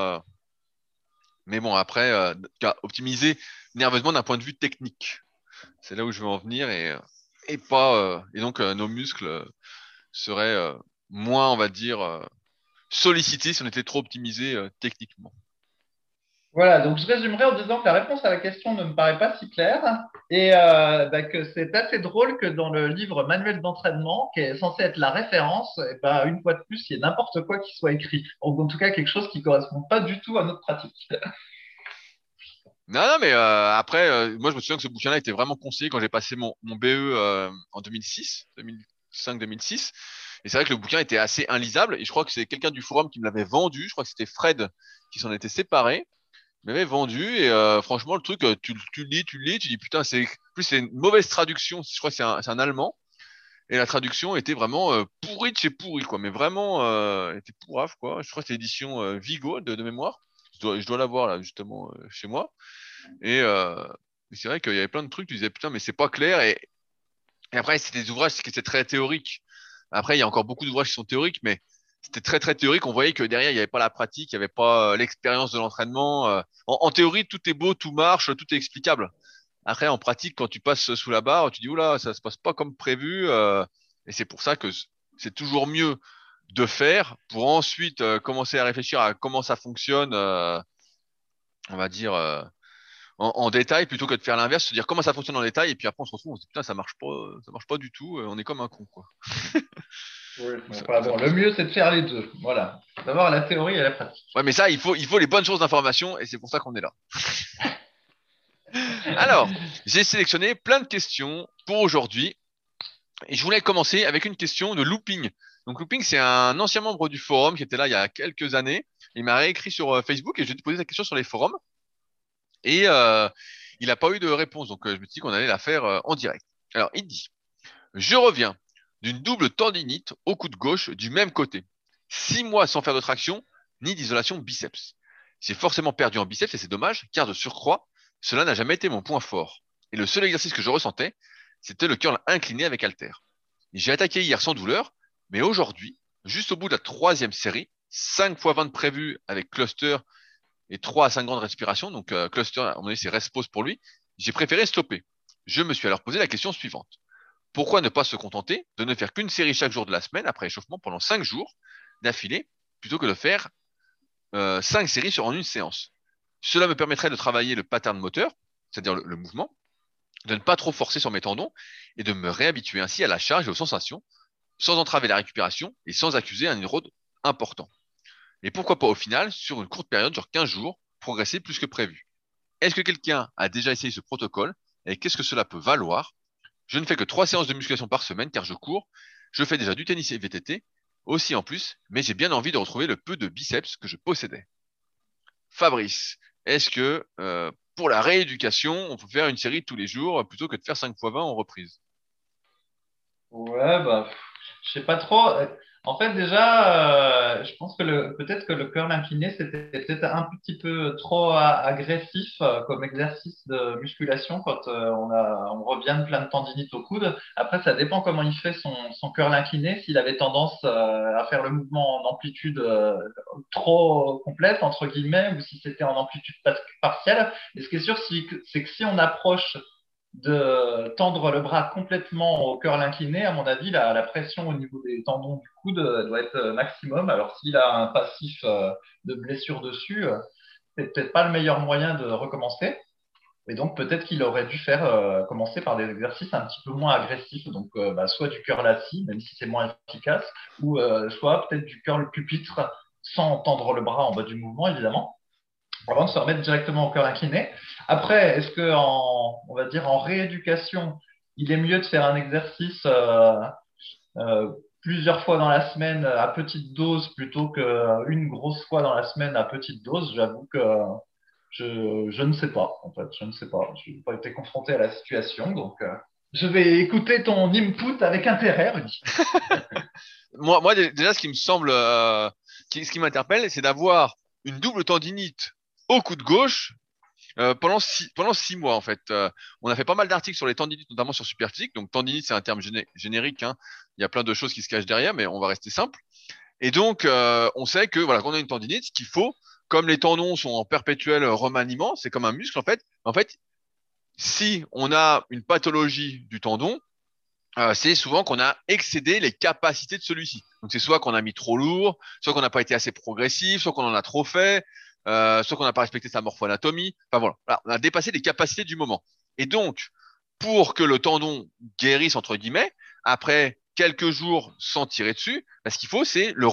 mais bon après, en tout cas, optimiser nerveusement d'un point de vue technique. C'est là où je veux en venir et pas et donc nos muscles seraient moins, on va dire, sollicités si on était trop optimisé techniquement. Voilà, donc je résumerai en disant que la réponse à la question ne me paraît pas si claire et que c'est assez drôle que dans le livre Manuel d'entraînement, qui est censé être la référence, et une fois de plus, il y ait n'importe quoi qui soit écrit. Ou en tout cas, quelque chose qui correspond pas du tout à notre pratique. Non, non, mais après, moi, je me souviens que ce bouquin-là était vraiment conseillé quand j'ai passé mon BE en 2006, 2005-2006. Et c'est vrai que le bouquin était assez inlisable. Et je crois que c'est quelqu'un du forum qui me l'avait vendu. Je crois que c'était Fred qui s'en était séparé. Il m'avait vendu. Et franchement, le truc, tu le lis, tu le lis, tu dis putain, plus c'est une mauvaise traduction. Je crois que c'est un allemand. Et la traduction était vraiment pourrie de chez pourri, quoi. Mais vraiment, était pourrave, quoi. Je crois que c'était l'édition Vigo de mémoire. Je dois l'avoir là, justement, chez moi. Et c'est vrai qu'il y avait plein de trucs, tu disais putain, mais c'est pas clair. Et après, c'était des ouvrages qui étaient très théoriques. Après, il y a encore beaucoup d'ouvrages qui sont théoriques, mais c'était très très théorique. On voyait que derrière, il n'y avait pas la pratique, il n'y avait pas l'expérience de l'entraînement. En théorie, tout est beau, tout marche, tout est explicable. Après, en pratique, quand tu passes sous la barre, tu dis oula, ça se passe pas comme prévu. Et c'est pour ça que c'est toujours mieux de faire pour ensuite commencer à réfléchir à comment ça fonctionne, on va dire. En détail plutôt que de faire l'inverse, se dire comment ça fonctionne en détail et puis après on se retrouve, on se dit putain ça marche pas du tout, on est comme un con quoi. Oui, C'est enfin, c'est un bon, peu le ça. mieux, c'est de faire les deux. Voilà. D'avoir la théorie et la pratique. Ouais mais ça il faut les bonnes sources d'information et c'est pour ça qu'on est là. Alors j'ai sélectionné plein de questions pour aujourd'hui et je voulais commencer avec une question de Looping. Donc Looping c'est un ancien membre du forum qui était là il y a quelques années. Il m'a réécrit sur Facebook et je lui ai posé la question sur les forums et il n'a pas eu de réponse donc je me suis dit qu'on allait la faire en direct. Alors il dit je reviens d'une double tendinite au coude gauche du même côté. 6 mois sans faire de traction ni d'isolation biceps. J'ai forcément perdu en biceps et c'est dommage car de surcroît, cela n'a jamais été mon point fort. Et le seul exercice que je ressentais, c'était le curl incliné avec halter. J'ai attaqué hier sans douleur, mais aujourd'hui, juste au bout de la troisième série, 5 fois 20 prévus avec cluster et 3 à 5 grandes respirations, donc cluster, à mon avis, c'est rest pause pour lui, j'ai préféré stopper. Je me suis alors posé la question suivante. Pourquoi ne pas se contenter de ne faire qu'une série chaque jour de la semaine après échauffement pendant 5 jours d'affilée plutôt que de faire 5 séries en une séance? Cela me permettrait de travailler le pattern moteur, c'est-à-dire le mouvement, de ne pas trop forcer sur mes tendons et de me réhabituer ainsi à la charge et aux sensations sans entraver la récupération et sans accuser un inroad important. Et pourquoi pas au final, sur une courte période, genre 15 jours, progresser plus que prévu? Est-ce que quelqu'un a déjà essayé ce protocole et qu'est-ce que cela peut valoir? Je ne fais que 3 séances de musculation par semaine car je cours. Je fais déjà du tennis et VTT aussi en plus, mais j'ai bien envie de retrouver le peu de biceps que je possédais. Fabrice, est-ce que pour la rééducation, on peut faire une série tous les jours plutôt que de faire 5 fois 20 en reprise? Ouais, je sais pas trop. En fait, déjà, je pense que peut-être que le curl incliné, c'était peut-être un petit peu trop agressif comme exercice de musculation quand on revient de plein de tendinites au coude. Après, ça dépend comment il fait son curl incliné, s'il avait tendance à faire le mouvement en amplitude trop complète, entre guillemets, ou si c'était en amplitude partielle. Et ce qui est sûr, c'est que si on approche de tendre le bras complètement au curl incliné, à mon avis, la pression au niveau des tendons du coude doit être maximum. Alors, s'il a un passif de blessure dessus, c'est peut-être pas le meilleur moyen de recommencer. Et donc, peut-être qu'il aurait dû faire commencer par des exercices un petit peu moins agressifs. Donc, soit du curl assis, même si c'est moins efficace, ou soit peut-être du curl pupitre sans tendre le bras en bas du mouvement, évidemment avant de se remettre directement au cœur incliné. Après, est-ce que on va dire en rééducation, il est mieux de faire un exercice plusieurs fois dans la semaine à petite dose plutôt qu'une grosse fois dans la semaine à petite dose? J'avoue que je ne sais pas, en fait, je ne sais pas. Je n'ai pas été confronté à la situation, donc je vais écouter ton input avec intérêt, Rudy. Moi, déjà, ce qui me semble, ce qui m'interpelle, c'est d'avoir une double tendinite au coude gauche pendant 6 mois en fait. On a fait pas mal d'articles sur les tendinites, notamment sur Superphysique. Donc tendinite, c'est un terme générique, hein. Il y a plein de choses qui se cachent derrière, mais on va rester simple. Et donc on sait que voilà, quand on a une tendinite, qu'il faut, comme les tendons sont en perpétuel remaniement, c'est comme un muscle en fait. En fait, si on a une pathologie du tendon, c'est souvent qu'on a excédé les capacités de celui-ci. Donc c'est soit qu'on a mis trop lourd, soit qu'on n'a pas été assez progressif, soit qu'on en a trop fait, soit qu'on n'a pas respecté sa morpho-anatomie. Enfin voilà, on a dépassé les capacités du moment. Et donc, pour que le tendon guérisse entre guillemets, après quelques jours sans tirer dessus, bah, ce qu'il faut, c'est le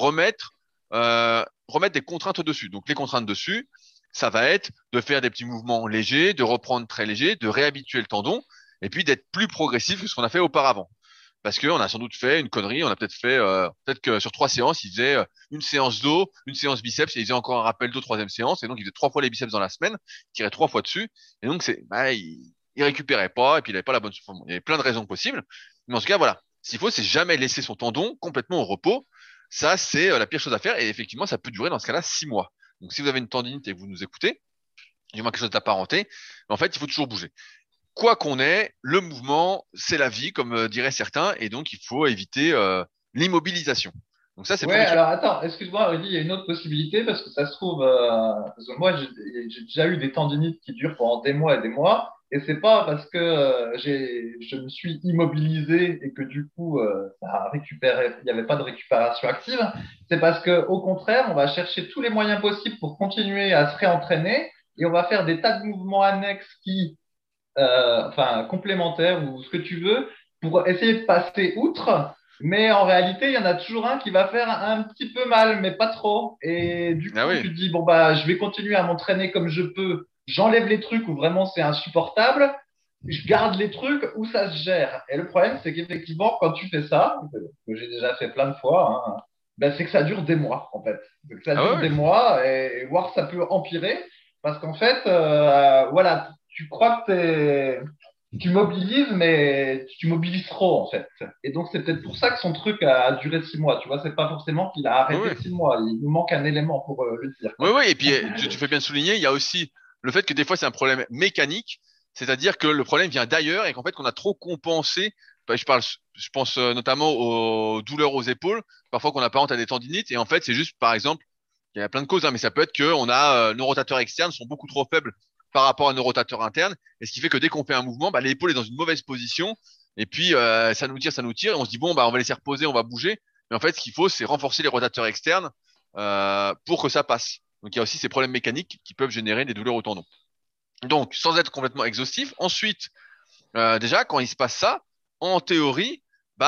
remettre des contraintes dessus. Donc les contraintes dessus, ça va être de faire des petits mouvements légers, de reprendre très léger, de réhabituer le tendon, et puis d'être plus progressif que ce qu'on a fait auparavant. Parce qu'on a sans doute fait une connerie, on a peut-être fait, peut-être que sur 3 séances, il faisait une séance dos, une séance biceps, et il faisait encore un rappel dos troisième séance, et donc il faisait 3 fois les biceps dans la semaine, il tirait 3 fois dessus, et donc il récupérait pas, et puis il avait pas la bonne, enfin, bon, il y avait plein de raisons possibles, mais en tout cas, voilà. Ce qu'il faut, c'est jamais laisser son tendon complètement au repos. Ça, c'est la pire chose à faire, et effectivement, ça peut durer dans ce cas-là 6 mois. Donc si vous avez une tendinite et que vous nous écoutez, du moins quelque chose d'apparenté, en fait, il faut toujours bouger. Quoi qu'on ait, le mouvement, c'est la vie, comme diraient certains, et donc il faut éviter l'immobilisation. Donc ça, c'est Ouais, pour les trucs. alors attends, excuse-moi, Rudy, il y a une autre possibilité parce que ça se trouve, parce que moi j'ai déjà eu des tendinites qui durent pendant des mois et des mois, et c'est pas parce que je me suis immobilisé et que du coup ça a récupéré, il n'y avait pas de récupération active, c'est parce que au contraire, on va chercher tous les moyens possibles pour continuer à se réentraîner et on va faire des tas de mouvements annexes qui enfin complémentaires ou ce que tu veux, pour essayer de passer outre. Mais en réalité, il y en a toujours un qui va faire un petit peu mal, mais pas trop. Et du Ah coup, oui, tu te dis, bon, bah, je vais continuer à m'entraîner comme je peux. J'enlève les trucs où vraiment c'est insupportable. Je garde les trucs où ça se gère. Et le problème, c'est qu'effectivement, quand tu fais ça, que j'ai déjà fait plein de fois, hein, ben, c'est que ça dure des mois, en fait. C'est que ça ah dure ouais, ouais. des mois et voire ça peut empirer. Parce qu'en fait, voilà, tu crois que tu mobilises, mais tu mobilises trop, en fait. Et donc, c'est peut-être pour ça que son truc a duré 6 mois. Tu vois, c'est pas forcément qu'il a Ouais, arrêté ouais. 6 mois. Il nous manque un élément pour le dire, Ouais, quoi. ouais. Et puis, tu fais bien de souligner, il y a aussi le fait que des fois, c'est un problème mécanique, c'est-à-dire que le problème vient d'ailleurs et qu'en fait, qu'on a trop compensé. Bah, je pense notamment aux douleurs aux épaules, parfois qu'on apparente à des tendinites, et en fait, c'est juste, par exemple, il y a plein de causes, hein, mais ça peut être qu'on a nos rotateurs externes sont beaucoup trop faibles par rapport à nos rotateurs internes, et ce qui fait que dès qu'on fait un mouvement, bah, l'épaule est dans une mauvaise position, et puis ça nous tire, et on se dit bon, bah, on va laisser reposer, on va bouger, mais en fait, ce qu'il faut, c'est renforcer les rotateurs externes pour que ça passe. Donc il y a aussi ces problèmes mécaniques qui peuvent générer des douleurs au tendon. Donc sans être complètement exhaustif, ensuite déjà quand il se passe ça, en théorie,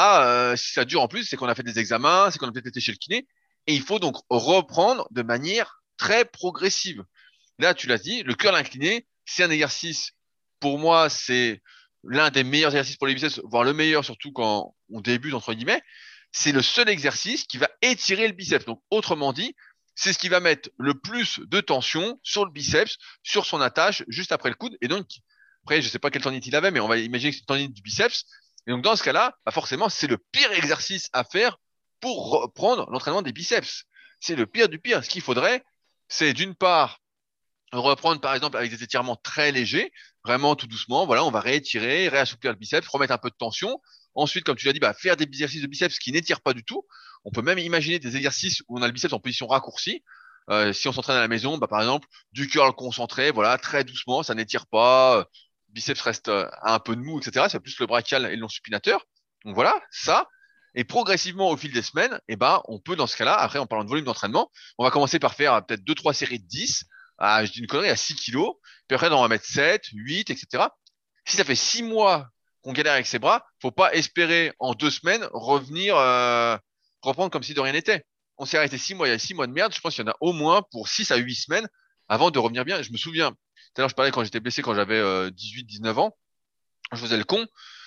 si ça dure en plus, c'est qu'on a fait des examens, c'est qu'on a peut-être été chez le kiné, et il faut donc reprendre de manière très progressive. Là, tu l'as dit, le curl incliné, c'est un exercice. Pour moi, c'est l'un des meilleurs exercices pour les biceps, voire le meilleur, surtout quand on débute entre guillemets. C'est le seul exercice qui va étirer le biceps. Donc, autrement dit, c'est ce qui va mettre le plus de tension sur le biceps, sur son attache, juste après le coude. Et donc, après, je sais pas quelle tendinite il avait, mais on va imaginer que c'est une tendinite du biceps. Et donc, dans ce cas-là, forcément, c'est le pire exercice à faire pour reprendre l'entraînement des biceps. C'est le pire du pire. Ce qu'il faudrait, c'est d'une part reprendre par exemple avec des étirements très légers, vraiment tout doucement. Voilà, on va réétirer, réassouplir le biceps, remettre un peu de tension. Ensuite, comme tu l'as dit, faire des exercices de biceps qui n'étirent pas du tout. On peut même imaginer des exercices où on a le biceps en position raccourcie. Si on s'entraîne à la maison, par exemple, du curl concentré, voilà, très doucement, ça n'étire pas, biceps reste un peu de mou, etc. C'est plus le brachial et le long supinateur. Donc voilà, ça. Et progressivement au fil des semaines, on peut dans ce cas-là, après en parlant de volume d'entraînement, on va commencer par faire peut-être 2, 3 séries de 10 je dis une connerie, à 6 kilos. Puis après, on va mettre 7, 8, etc. Si ça fait 6 mois qu'on galère avec ses bras, faut pas espérer en 2 semaines reprendre comme si de rien n'était. On s'est arrêté 6 mois, il y a 6 mois de merde. Je pense qu'il y en a au moins pour 6 à 8 semaines avant de revenir bien. Je me souviens, tout à l'heure, je parlais quand j'étais blessé, quand j'avais 18, 19 ans. Je faisais le con.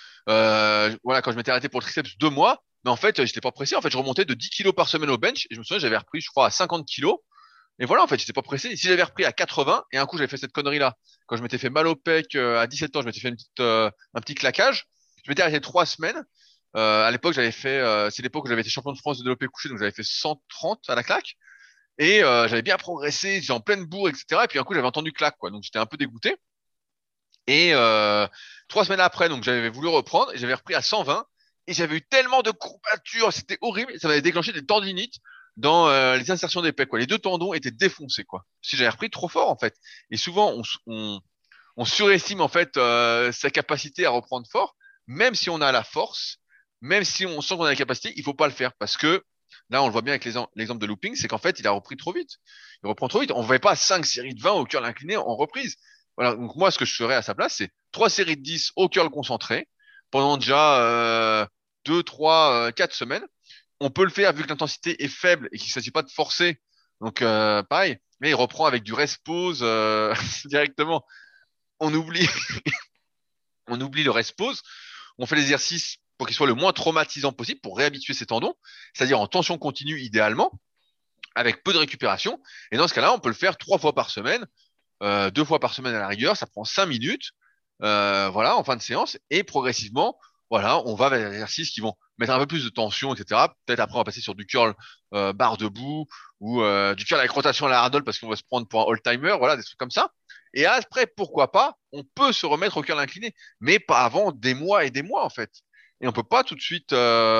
Voilà, quand je m'étais arrêté pour le triceps 2 mois. Mais en fait, j'étais pas pressé. En fait, je remontais de 10 kilos par semaine au bench. Et je me souviens, j'avais repris, je crois, à 50 kilos. Et voilà, en fait, j'étais pas pressé. Si j'avais repris à 80, et un coup, j'avais fait cette connerie-là, quand je m'étais fait mal au pec à 17 ans, je m'étais fait un petit claquage. Je m'étais arrêté 3 semaines. À l'époque, c'est l'époque où j'avais été champion de France de développé couché, donc j'avais fait 130 à la claque. Et j'avais bien progressé, j'étais en pleine bourre, etc. Et puis un coup, j'avais entendu claque, quoi. Donc j'étais un peu dégoûté. Et 3 semaines après, donc j'avais voulu reprendre, et j'avais repris à 120. Et j'avais eu tellement de courbatures, c'était horrible. Ça m'avait déclenché des tendinites dans les insertions des pecs, quoi. Les deux tendons étaient défoncés, quoi. Si j'avais repris trop fort, en fait. Et souvent, on surestime, en fait, sa capacité à reprendre fort. Même si on a la force, même si on sent qu'on a la capacité, il faut pas le faire. Parce que là, on le voit bien avec l'exemple de looping, c'est qu'en fait, il a repris trop vite. Il reprend trop vite. On ne voyait pas 5 séries de 20 au curl incliné en reprise. Voilà. Donc, moi, ce que je ferais à sa place, c'est 3 séries de 10 au curl concentré pendant déjà 2, 3, 4 semaines. On peut le faire vu que l'intensité est faible et qu'il ne s'agit pas de forcer. Donc, pareil. Mais il reprend avec du rest pause directement. On oublie, on oublie le rest pause. On fait l'exercice pour qu'il soit le moins traumatisant possible pour réhabituer ses tendons, c'est-à-dire en tension continue idéalement, avec peu de récupération. Et dans ce cas-là, on peut le faire 3 fois par semaine, 2 fois par semaine à la rigueur. Ça prend 5 minutes, voilà, en fin de séance. Et progressivement, voilà, on va vers des exercices qui vont mettre un peu plus de tension, etc. Peut-être après, on va passer sur du curl barre debout ou du curl avec rotation à la Arnold parce qu'on va se prendre pour un all-timer, voilà, des trucs comme ça. Et après, pourquoi pas, on peut se remettre au curl incliné, mais pas avant des mois et des mois, en fait. Et on peut pas tout de suite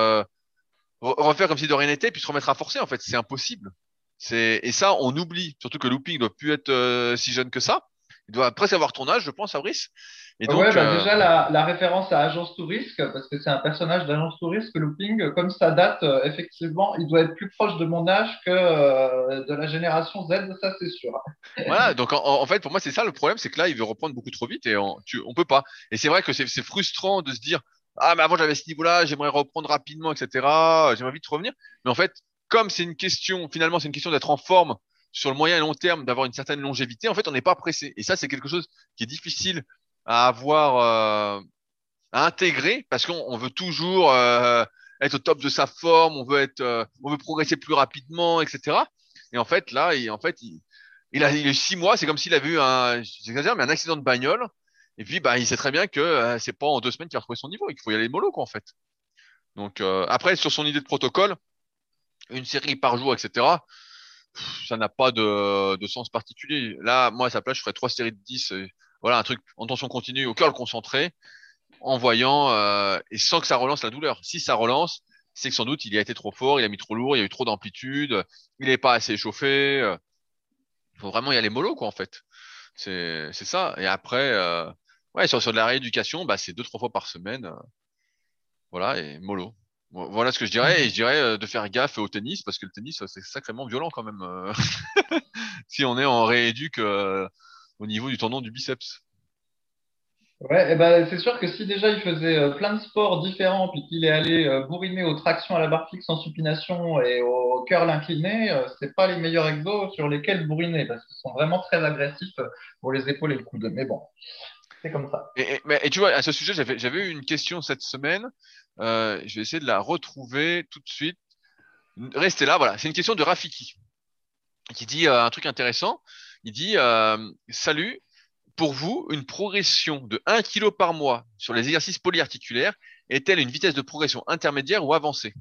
refaire comme si de rien n'était, puis se remettre à forcer, en fait. C'est impossible. Et ça, on oublie. Surtout que looping doit plus être si jeune que ça. Il doit presque avoir ton âge, je pense, Fabrice. Et Ouais, donc, bah déjà la référence à Agence Touriste, parce que c'est un personnage d'Agence Touriste, que Looping, comme ça date, effectivement, il doit être plus proche de mon âge que de la génération Z, ça c'est sûr. voilà. Donc, en fait, pour moi, c'est ça le problème, c'est que là, il veut reprendre beaucoup trop vite et on peut pas. Et c'est vrai que c'est frustrant de se dire, ah, mais avant, j'avais ce niveau-là, j'aimerais reprendre rapidement, etc. J'aimerais vite revenir. Mais en fait, comme c'est une question, finalement, c'est une question d'être en forme sur le moyen et long terme, d'avoir une certaine longévité, en fait, on n'est pas pressé. Et ça, c'est quelque chose qui est difficile à avoir, à intégrer parce qu'on veut toujours être au top de sa forme, on veut progresser plus rapidement, etc. Et en fait, là, il a eu 6 mois, c'est comme s'il avait eu j'exagère, mais un accident de bagnole. Et puis, bah, il sait très bien que c'est pas en 2 semaines qu'il a retrouvé son niveau et qu'il faut y aller mollo, quoi, en fait. Donc, après, sur son idée de protocole, une série par jour, etc., ça n'a pas de sens particulier. Là, moi, à sa place, je ferais 3 séries de 10. Voilà, un truc en tension continue, au curl concentré en voyant et sans que ça relance la douleur. Si ça relance, c'est que sans doute il a été trop fort, il a mis trop lourd, il y a eu trop d'amplitude, il n'est pas assez échauffé. Il faut vraiment y aller mollo quoi en fait. C'est ça. Et après, ouais sur de la rééducation, bah c'est 2, 3 fois par semaine, voilà et mollo. Voilà ce que je dirais. Et je dirais de faire gaffe au tennis parce que le tennis c'est sacrément violent quand même si on est en rééduque au niveau du tendon du biceps. Ouais, et ben, c'est sûr que si déjà il faisait plein de sports différents, puis qu'il est allé bourriner aux tractions à la barre fixe en supination et au curl incliné, c'est pas les meilleurs exos sur lesquels bourriner, parce qu'ils sont vraiment très agressifs pour les épaules et le coude. Mais bon, c'est comme ça. Et tu vois, à ce sujet, j'avais eu une question cette semaine. Je vais essayer de la retrouver tout de suite. Restez là, voilà. C'est une question de Rafiki qui dit un truc intéressant. Il dit Salut, pour vous, une progression de 1 kg par mois sur les exercices polyarticulaires est-elle une vitesse de progression intermédiaire ou avancée?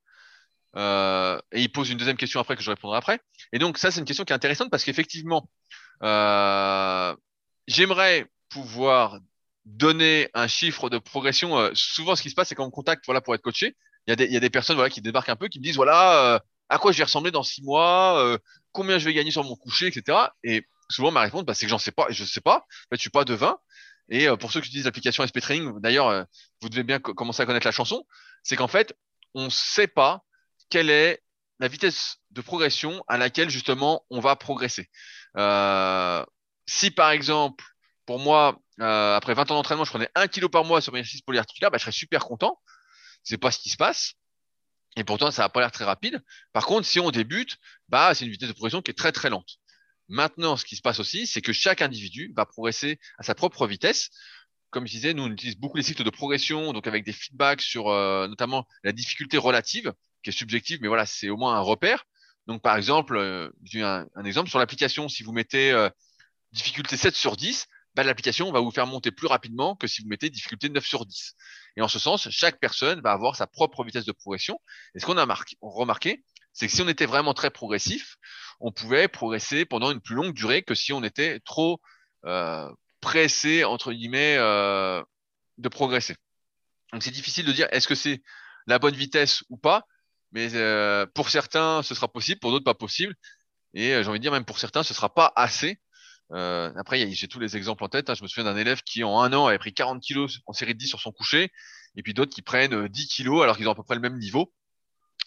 Et il pose une deuxième question après que je répondrai après. Et donc, ça, c'est une question qui est intéressante parce qu'effectivement, euh, j'aimerais pouvoir donner un chiffre de progression. Souvent, ce qui se passe, c'est quand on contacte, voilà, pour être coaché, il y a des personnes, voilà, qui débarquent un peu, qui me disent, voilà, à quoi je vais ressembler dans 6 mois, combien je vais gagner sur mon coucher, etc. Et souvent, ma réponse, bah, c'est que j'en sais pas, et je sais pas. En fait, je suis pas devin. Et pour ceux qui utilisent l'application SP Training, d'ailleurs, vous devez bien commencer à connaître la chanson. C'est qu'en fait, on sait pas quelle est la vitesse de progression à laquelle justement on va progresser. Euh, Si par exemple, pour moi, après 20 ans d'entraînement, je prenais 1 kg par mois sur mes exercices polyarticulaires, bah, je serais super content. C'est pas ce qui se passe. Et pourtant, ça n'a pas l'air très rapide. Par contre, si on débute, bah, c'est une vitesse de progression qui est très très lente. Maintenant, ce qui se passe aussi, c'est que chaque individu va progresser à sa propre vitesse. Comme je disais, nous, on utilise beaucoup les cycles de progression, donc avec des feedbacks sur notamment la difficulté relative, qui est subjective, mais voilà, c'est au moins un repère. Donc, par exemple, j'ai un exemple sur l'application. Si vous mettez difficulté 7 sur 10, bah, l'application va vous faire monter plus rapidement que si vous mettez difficulté 9 sur 10. Et en ce sens, chaque personne va avoir sa propre vitesse de progression. Et ce qu'on a remarqué, c'est que si on était vraiment très progressif, on pouvait progresser pendant une plus longue durée que si on était trop euh, pressé, entre guillemets, de progresser. Donc c'est difficile de dire est-ce que c'est la bonne vitesse ou pas, mais pour certains, ce sera possible, pour d'autres, pas possible. Et j'ai envie de dire, même pour certains, ce sera pas assez. Après, j'ai tous les exemples en tête, hein. Je me souviens d'un élève qui, en un an, avait pris 40 kilos en série de 10 sur son coucher, et puis d'autres qui prennent 10 kilos alors qu'ils ont à peu près le même niveau.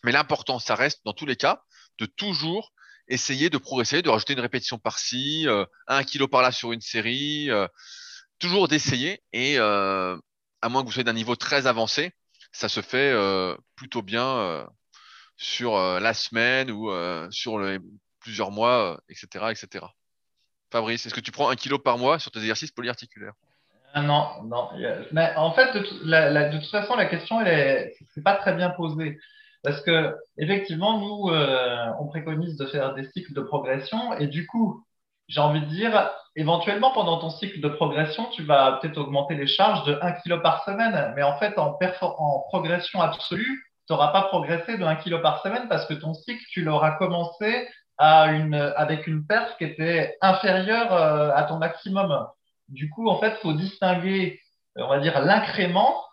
Mais l'important, ça reste dans tous les cas de toujours essayer de progresser, de rajouter une répétition par-ci, 1 kilo par là sur une série, toujours d'essayer. Et à moins que vous soyez d'un niveau très avancé, ça se fait plutôt bien sur la semaine ou sur plusieurs mois, etc., etc. Fabrice, est-ce que tu prends 1 kilo par mois sur tes exercices polyarticulaires? Ah non, non. Mais en fait, de toute façon, la question, c'est pas très bien posée. Parce que, effectivement, nous, on préconise de faire des cycles de progression. Et du coup, j'ai envie de dire, éventuellement, pendant ton cycle de progression, tu vas peut-être augmenter les charges de 1 kilo par semaine. Mais en fait, en progression absolue, tu n'auras pas progressé de 1 kilo par semaine parce que ton cycle, tu l'auras commencé avec une perf qui était inférieure, à ton maximum. Du coup, en fait, il faut distinguer, on va dire, l'incrément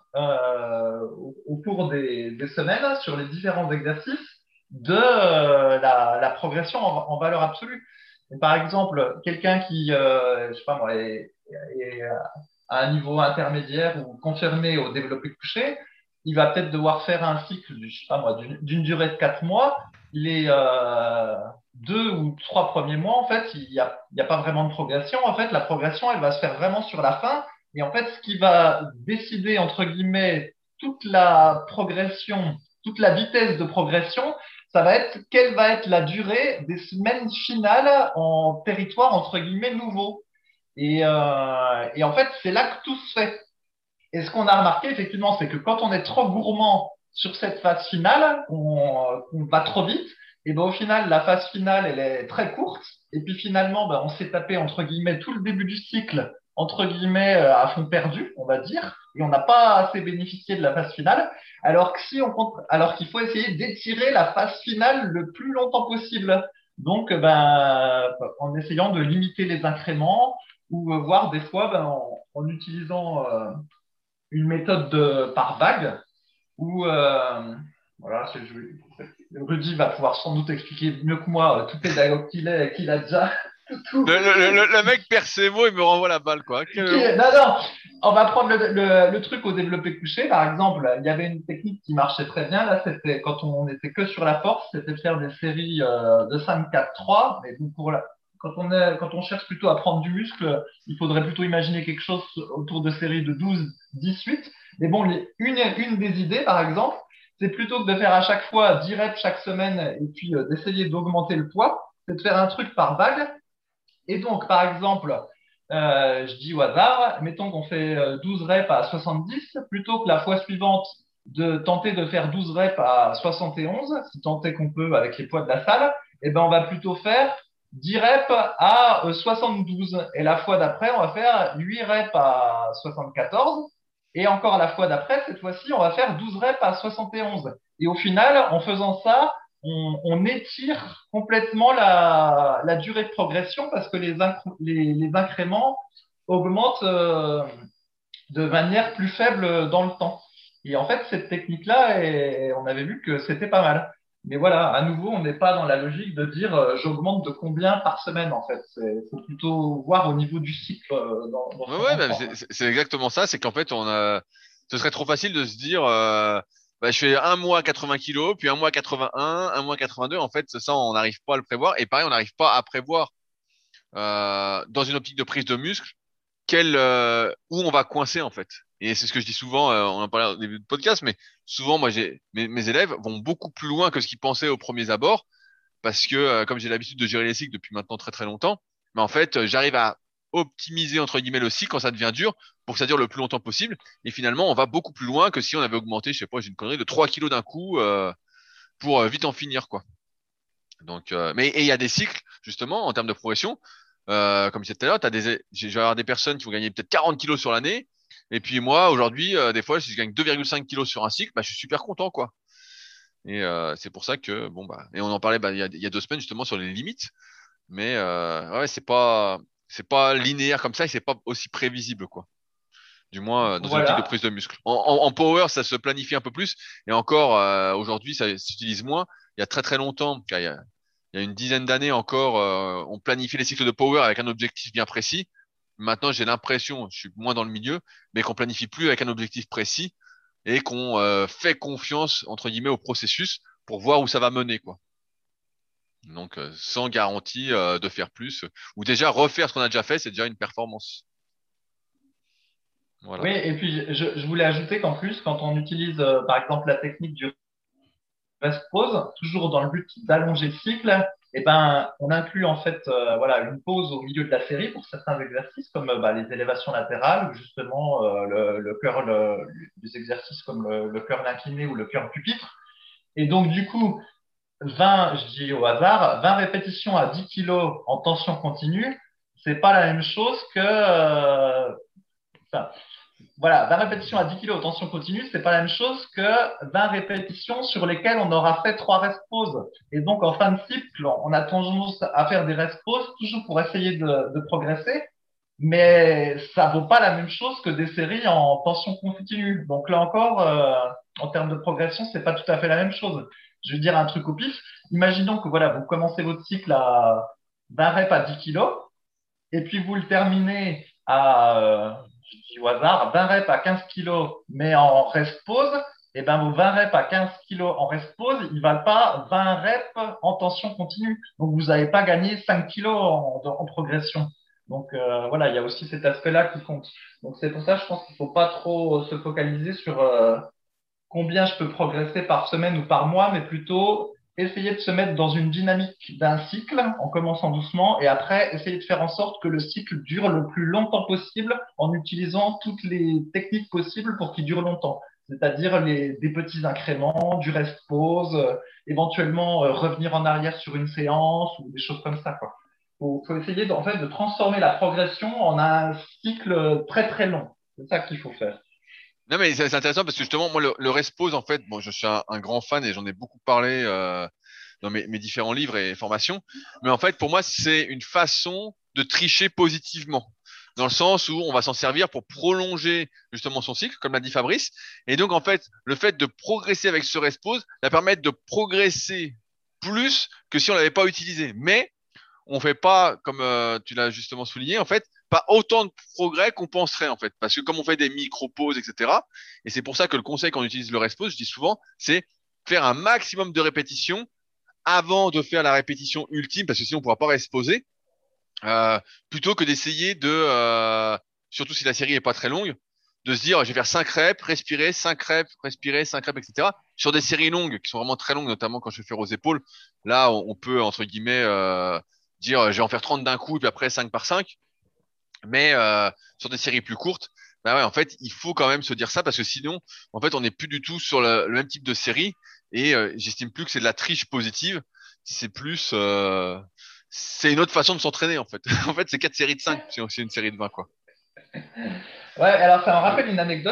au cours des semaines sur les différents exercices de la progression en valeur absolue. Et par exemple, quelqu'un qui, je sais pas moi, est à un niveau intermédiaire ou confirmé au développé couché, il va peut-être devoir faire un cycle, je sais pas moi, d'une durée de 4 mois. Les 2 ou 3 premiers mois, en fait, il y a pas vraiment de progression. En fait, la progression, elle va se faire vraiment sur la fin. Et en fait, ce qui va décider, entre guillemets, toute la progression, toute la vitesse de progression, ça va être quelle va être la durée des semaines finales en territoire, entre guillemets, nouveau. Et en fait, c'est là que tout se fait. Et ce qu'on a remarqué, effectivement, c'est que quand on est trop gourmand sur cette phase finale, on va trop vite, et ben au final, la phase finale, elle est très courte. Et puis finalement, ben, on s'est tapé, entre guillemets, tout le début du cycle, entre guillemets, à fond perdu, on va dire, et on n'a pas assez bénéficié de la phase finale, alors que si on compte, alors qu'il faut essayer d'étirer la phase finale le plus longtemps possible. Donc, ben, en essayant de limiter les incréments, ou voir des fois, ben, en utilisant une méthode par vague où voilà, Rudy va pouvoir sans doute expliquer mieux que moi, tout pédagogue qu'il est et qu'il a déjà tout. Le mec perd ses mots et me renvoie la balle, quoi. Quelle honte. Non, non, on va prendre le truc au développé couché, par exemple. Il y avait une technique qui marchait très bien. Là, c'était quand on n'était que sur la force, c'était de faire des séries de 5, 4, 3. Mais donc quand on cherche plutôt à prendre du muscle, il faudrait plutôt imaginer quelque chose autour de séries de 12, 18. Mais bon, une des idées, par exemple, c'est plutôt que de faire à chaque fois 10 reps chaque semaine et puis d'essayer d'augmenter le poids, c'est de faire un truc par vague. Et donc, par exemple, je dis au hasard, mettons qu'on fait 12 reps à 70, plutôt que la fois suivante de tenter de faire 12 reps à 71, si tant est qu'on peut avec les poids de la salle, eh ben on va plutôt faire 10 reps à 72. Et la fois d'après, on va faire 8 reps à 74. Et encore la fois d'après, cette fois-ci, on va faire 12 reps à 71. Et au final, en faisant ça, on étire complètement la durée de progression parce que les incréments augmentent de manière plus faible dans le temps. Et en fait, cette technique-là, on avait vu que c'était pas mal. Mais voilà, à nouveau, on n'est pas dans la logique de dire j'augmente de combien par semaine, en fait. Il faut plutôt voir au niveau du cycle dans Ouais, son ouais, bah, ensemble. c'est exactement ça. C'est qu'en fait, ce serait trop facile de se dire, bah, je fais un mois 80 kilos, puis un mois 81, un mois 82. En fait, ça, on n'arrive pas à le prévoir. Et pareil, on n'arrive pas à prévoir, dans une optique de prise de muscle, où on va coincer, en fait. Et c'est ce que je dis souvent, on en parlait au début du podcast, mais souvent, moi, mes élèves vont beaucoup plus loin que ce qu'ils pensaient aux premiers abords, parce que, comme j'ai l'habitude de gérer les cycles depuis maintenant très très longtemps, mais en fait, j'arrive à optimiser entre guillemets le cycle quand ça devient dur pour que ça dure le plus longtemps possible. Et finalement, on va beaucoup plus loin que si on avait augmenté, je sais pas, j'ai une connerie de 3 kilos d'un coup pour vite en finir, quoi. Donc, et il y a des cycles justement en termes de progression. Comme je disais tout à l'heure, je vais avoir des personnes qui vont gagner peut-être 40 kilos sur l'année. Et puis moi, aujourd'hui, des fois, si je gagne 2,5 kilos sur un cycle, bah, je suis super content, quoi. Et c'est pour ça que, bon, bah, et on en parlait bah, il y a 2 semaines justement sur les limites. Mais ouais, c'est pas linéaire comme ça et c'est pas aussi prévisible, quoi. Du moins dans une optique de Voilà. prise de muscle. En power, ça se planifie un peu plus. Et encore, aujourd'hui, ça s'utilise moins. Il y a très très longtemps, il y a une dizaine d'années encore, on planifiait les cycles de power avec un objectif bien précis. Maintenant, j'ai l'impression, je suis moins dans le milieu, mais qu'on planifie plus avec un objectif précis et qu'on fait confiance entre guillemets au processus pour voir où ça va mener, quoi. Donc, sans garantie de faire plus, ou déjà refaire ce qu'on a déjà fait, c'est déjà une performance. Oui, Voilà. et puis je voulais ajouter qu'en plus, quand on utilise par exemple la technique du rest pause, toujours dans le but d'allonger le cycle, et ben, on inclut en fait voilà, une pause au milieu de la série pour certains exercices comme les élévations latérales ou justement le curl, des exercices comme le curl incliné ou le curl pupitre. Et donc, du coup, 20, je dis au hasard, 20 répétitions à 10 kilos en tension continue, c'est pas la même chose que, enfin, voilà, 20 répétitions à 10 kilos en tension continue, c'est pas la même chose que 20 répétitions sur lesquelles on aura fait 3 rest pauses. Et donc, en fin de cycle, on a tendance à faire des rest pauses toujours pour essayer de progresser, mais ça vaut pas la même chose que des séries en tension continue. Donc là encore, en termes de progression, c'est pas tout à fait la même chose. Je vais dire un truc au pif. Imaginons que voilà, vous commencez votre cycle à 20 reps à 10 kilos, et puis vous le terminez à, je dis au hasard, 20 reps à 15 kilos, mais en rest pause, et ben vos 20 reps à 15 kilos en rest pause, ils ne valent pas 20 reps en tension continue. Donc vous n'avez pas gagné 5 kilos en progression. Donc voilà, il y a aussi cet aspect-là qui compte. Donc c'est pour ça, je pense qu'il ne faut pas trop se focaliser sur combien je peux progresser par semaine ou par mois, mais plutôt essayer de se mettre dans une dynamique d'un cycle en commençant doucement et après essayer de faire en sorte que le cycle dure le plus longtemps possible en utilisant toutes les techniques possibles pour qu'il dure longtemps. C'est-à-dire des petits incréments, du rest pause, éventuellement revenir en arrière sur une séance ou des choses comme ça, quoi. Faut essayer en fait de transformer la progression en un cycle très très long. C'est ça qu'il faut faire. Non, mais c'est intéressant parce que justement, moi, le Respose, en fait, bon, je suis un grand fan et j'en ai beaucoup parlé dans mes différents livres et formations. Mais en fait, pour moi, c'est une façon de tricher positivement. Dans le sens où on va s'en servir pour prolonger justement son cycle, comme l'a dit Fabrice. Et donc, en fait, le fait de progresser avec ce Respose va permettre de progresser plus que si on l'avait pas utilisé. Mais on fait pas, comme tu l'as justement souligné, en fait, pas autant de progrès qu'on penserait, en fait. Parce que comme on fait des micro-pauses, etc., et c'est pour ça que le conseil quand on utilise le rest pause, je dis souvent, c'est faire un maximum de répétitions avant de faire la répétition ultime, parce que sinon on ne pourra pas rest poser, plutôt que d'essayer surtout si la série est pas très longue, de se dire, je vais faire 5 reps, respirer, 5 reps, respirer, 5 reps, etc. Sur des séries longues, qui sont vraiment très longues, notamment quand je vais faire aux épaules, là, on peut, entre guillemets, dire, je vais en faire 30 d'un coup, et puis après 5 par 5. Mais sur des séries plus courtes, bah ouais, en fait, il faut quand même se dire ça, parce que sinon, en fait, on n'est plus du tout sur le même type de série, et j'estime plus que c'est de la triche positive, c'est plus... c'est une autre façon de s'entraîner, en fait. En fait, c'est 4 séries de 5 si c'est une série de 20, quoi. Ouais, alors ça me rappelle une anecdote.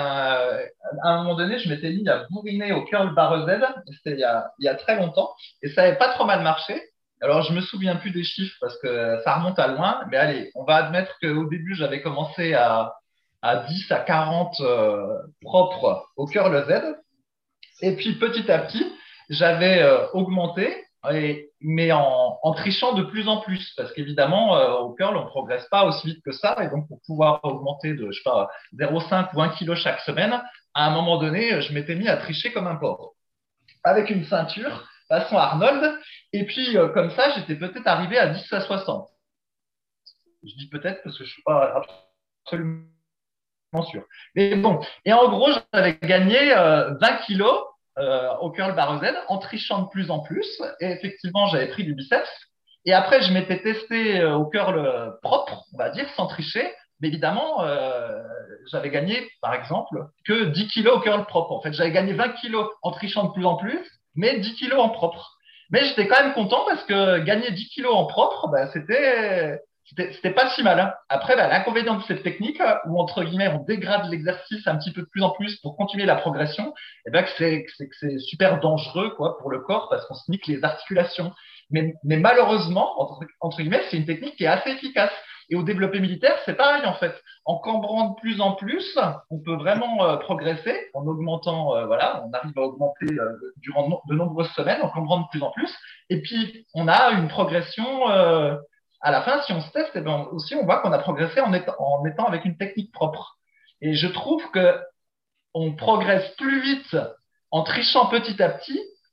À un moment donné, je m'étais mis à bourriner au curl barre Z. C'était il y a très longtemps. Et ça avait pas trop mal marché. Alors, je me souviens plus des chiffres parce que ça remonte à loin. Mais allez, on va admettre qu'au début, j'avais commencé à 10 à 40 propres au curl Z. Et puis petit à petit, j'avais augmenté, mais en trichant de plus en plus, parce qu'évidemment, au curl, on ne progresse pas aussi vite que ça, et donc pour pouvoir augmenter de, je sais pas, 0,5 ou 1 kg chaque semaine, à un moment donné, je m'étais mis à tricher comme un porc, avec une ceinture, façon Arnold, et puis comme ça, j'étais peut-être arrivé à 10 à 60. Je dis peut-être parce que je suis pas absolument sûr. Mais bon, et en gros, j'avais gagné 20 kilos au curl barre Z en trichant de plus en plus. Et effectivement, j'avais pris du biceps. Et après, je m'étais testé au curl propre, on va dire, sans tricher. Mais évidemment, j'avais gagné, par exemple, que 10 kilos au curl propre. En fait, j'avais gagné 20 kilos en trichant de plus en plus, mais 10 kilos en propre. Mais j'étais quand même content parce que gagner 10 kilos en propre, bah, c'était pas si mal. Hein. Après, bah, l'inconvénient de cette technique, où entre guillemets, on dégrade l'exercice un petit peu de plus en plus pour continuer la progression, et ben, que c'est super dangereux, quoi, pour le corps parce qu'on se nique les articulations. Mais malheureusement, entre guillemets, c'est une technique qui est assez efficace. Et au développé militaire, c'est pareil, en fait. En cambrant de plus en plus, on peut vraiment progresser en augmentant, voilà, on arrive à augmenter durant de nombreuses semaines en cambrant de plus en plus. Et puis, on a une progression à la fin, si on se teste, eh ben, aussi, on voit qu'on a progressé en étant avec une technique propre. Et je trouve que on progresse plus vite en trichant petit à petit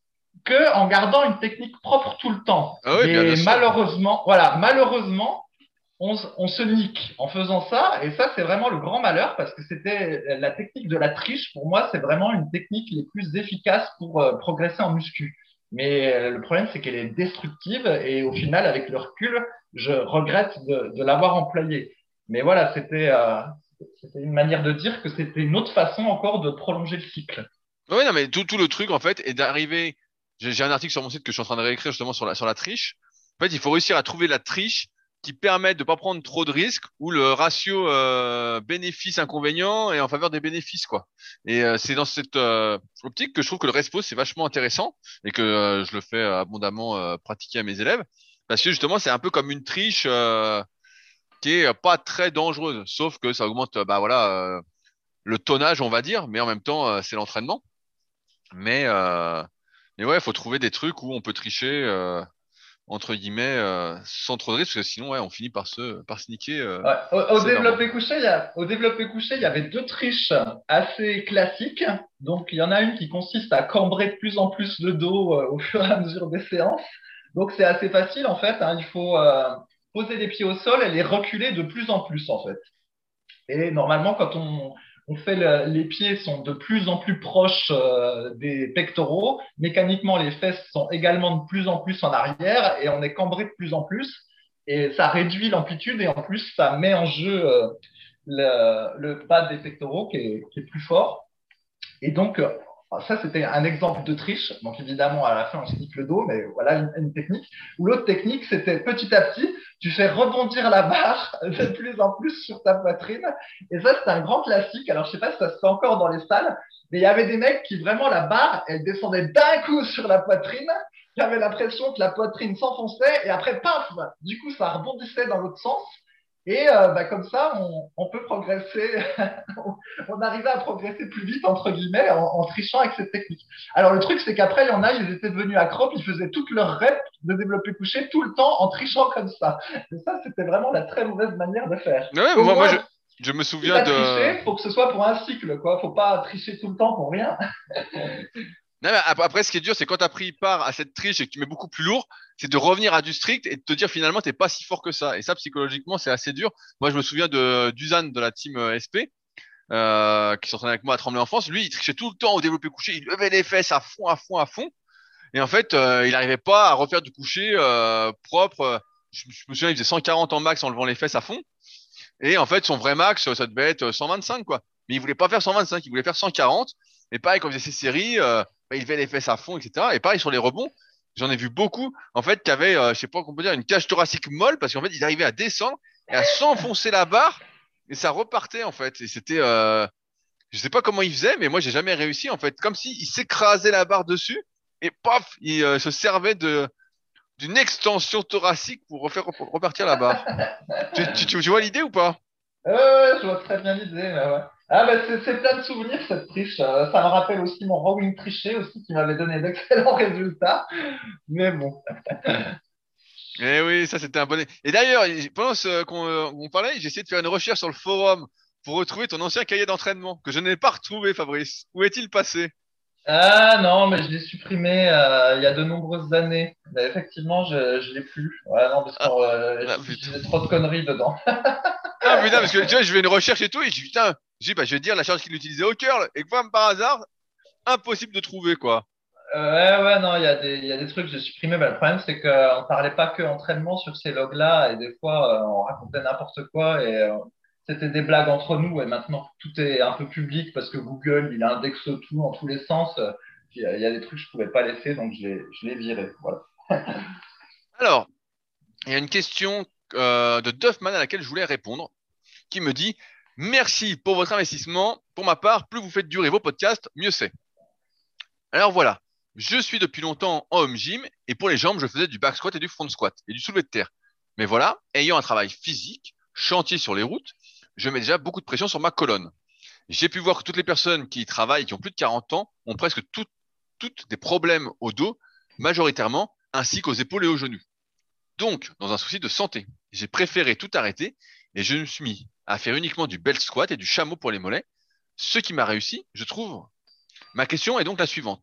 que en gardant une technique propre tout le temps. Ah oui, bien Et sûr. malheureusement, on se nique en faisant ça. Et ça, c'est vraiment le grand malheur parce que c'était la technique de la triche. Pour moi, c'est vraiment une technique les plus efficaces pour progresser en muscu. Mais le problème, c'est qu'elle est destructive et au final, avec le recul, je regrette de l'avoir employée. Mais voilà, c'était une manière de dire que c'était une autre façon encore de prolonger le cycle. Oui, non, mais tout le truc, en fait, est d'arriver. J'ai un article sur mon site que je suis en train de réécrire justement sur la triche. En fait, il faut réussir à trouver la triche qui permette de pas prendre trop de risques où le ratio bénéfice-inconvénient est en faveur des bénéfices, quoi. Et c'est dans cette optique que je trouve que le respo, c'est vachement intéressant et que je le fais abondamment pratiquer à mes élèves. Parce que justement, c'est un peu comme une triche qui est pas très dangereuse, sauf que ça augmente, bah voilà, le tonnage, on va dire, mais en même temps, c'est l'entraînement. Mais, euh, mais ouais, il faut trouver des trucs où on peut tricher, entre guillemets, sans trop de risques, parce que sinon, ouais, on finit par se niquer Ouais. sévèrement. Au développé couché, il y avait deux triches assez classiques. Donc, il y en a une qui consiste à cambrer de plus en plus le dos au fur et à mesure des séances. Donc, c'est assez facile en fait, hein. Il faut poser les pieds au sol et les reculer de plus en plus en fait. Et normalement, quand on fait les pieds sont de plus en plus proches des pectoraux, mécaniquement, les fesses sont également de plus en plus en arrière et on est cambré de plus en plus. Et ça réduit l'amplitude et en plus, ça met en jeu le bas des pectoraux qui est plus fort. Et donc, ça, c'était un exemple de triche. Donc, évidemment, à la fin, on se nique le dos, mais voilà une technique. Ou l'autre technique, c'était petit à petit, tu fais rebondir la barre de plus en plus sur ta poitrine. Et ça, c'est un grand classique. Alors, je sais pas si ça se fait encore dans les salles, mais il y avait des mecs qui vraiment, la barre, elle descendait d'un coup sur la poitrine. Tu avais l'impression que la poitrine s'enfonçait et après, paf, du coup, ça rebondissait dans l'autre sens. Et comme ça, on peut progresser, on arrivait à progresser plus vite, entre guillemets, en trichant avec cette technique. Alors le truc, c'est qu'après, il y en a, ils étaient devenus accros, ils faisaient toutes leurs reps de développer couché tout le temps en trichant comme ça. Et ça, c'était vraiment la très mauvaise manière de faire. Ouais, Au moi, moins, je me si souviens t'as de. triché, faut que ce soit pour un cycle, quoi. Faut pas tricher tout le temps pour rien. Non, mais après, ce qui est dur, c'est quand tu as pris part à cette triche et que tu mets beaucoup plus lourd, c'est de revenir à du strict et de te dire finalement, t'es pas si fort que ça. Et ça, psychologiquement, c'est assez dur. Moi, je me souviens de d'Uzan de la team SP, qui s'entraînait avec moi à Tremblay en France. Lui, il trichait tout le temps au développé couché. Il levait les fesses à fond, à fond, à fond. Et en fait, il n'arrivait pas à refaire du coucher propre. Je me souviens, il faisait 140 en max en levant les fesses à fond. Et en fait, son vrai max, ça devait être 125, quoi. Mais il voulait pas faire 125, il voulait faire 140. Et pareil, quand il faisait ses séries, bah, il levait les fesses à fond, etc. Et pareil, sur les rebonds, j'en ai vu beaucoup, en fait, qui avaient, je sais pas comment on peut dire, une cage thoracique molle, parce qu'en fait, ils arrivaient à descendre et à s'enfoncer la barre, et ça repartait, en fait. Et c'était, je sais pas comment il faisait, mais moi, j'ai jamais réussi, en fait. Comme s'il s'écrasait la barre dessus, et paf, il se servait d'une extension thoracique pour refaire repartir la barre. Tu vois l'idée ou pas? Je vois très bien l'idée. Ouais. Ah, c'est plein de souvenirs, cette triche. Ça me rappelle aussi mon rowing triché aussi, qui m'avait donné d'excellents résultats. Mais bon. Eh oui, ça c'était un bon. Et d'ailleurs, pendant qu'on parlait, j'ai essayé de faire une recherche sur le forum pour retrouver ton ancien cahier d'entraînement que je n'ai pas retrouvé, Fabrice. Où est-il passé? Ah non, mais je l'ai supprimé il y a de nombreuses années. Mais effectivement, je l'ai plus. Ouais, non, parce que Ah, ah, je putain. disais trop de conneries dedans. Ah putain, parce que tu vois, je fais une recherche et tout, et je dis putain, bah, je vais dire la charge qu'il utilisait au curl, et comme par hasard, impossible de trouver quoi. Ouais, non, il y a des trucs que j'ai supprimés. Mais le problème, c'est qu'on parlait pas que entraînement sur ces logs-là, et des fois, on racontait n'importe quoi, et c'était des blagues entre nous. Et maintenant, tout est un peu public parce que Google, il indexe tout en tous les sens. Il y a des trucs que je pouvais pas laisser, donc je l'ai viré. Voilà. Alors, il y a une question de Duffman à laquelle je voulais répondre, qui me dit merci pour votre investissement. Pour ma part, plus vous faites durer vos podcasts, mieux c'est. Alors voilà, je suis depuis longtemps en home gym et pour les jambes, je faisais du back squat et du front squat et du soulevé de terre. Mais voilà, ayant un travail physique, chantier sur les routes, je mets déjà beaucoup de pression sur ma colonne. J'ai pu voir que toutes les personnes qui y travaillent, qui ont plus de 40 ans, ont presque toutes des problèmes au dos, majoritairement, ainsi qu'aux épaules et aux genoux. Donc, dans un souci de santé, j'ai préféré tout arrêter et je me suis mis à faire uniquement du belt squat et du chameau pour les mollets, ce qui m'a réussi, je trouve. Ma question est donc la suivante.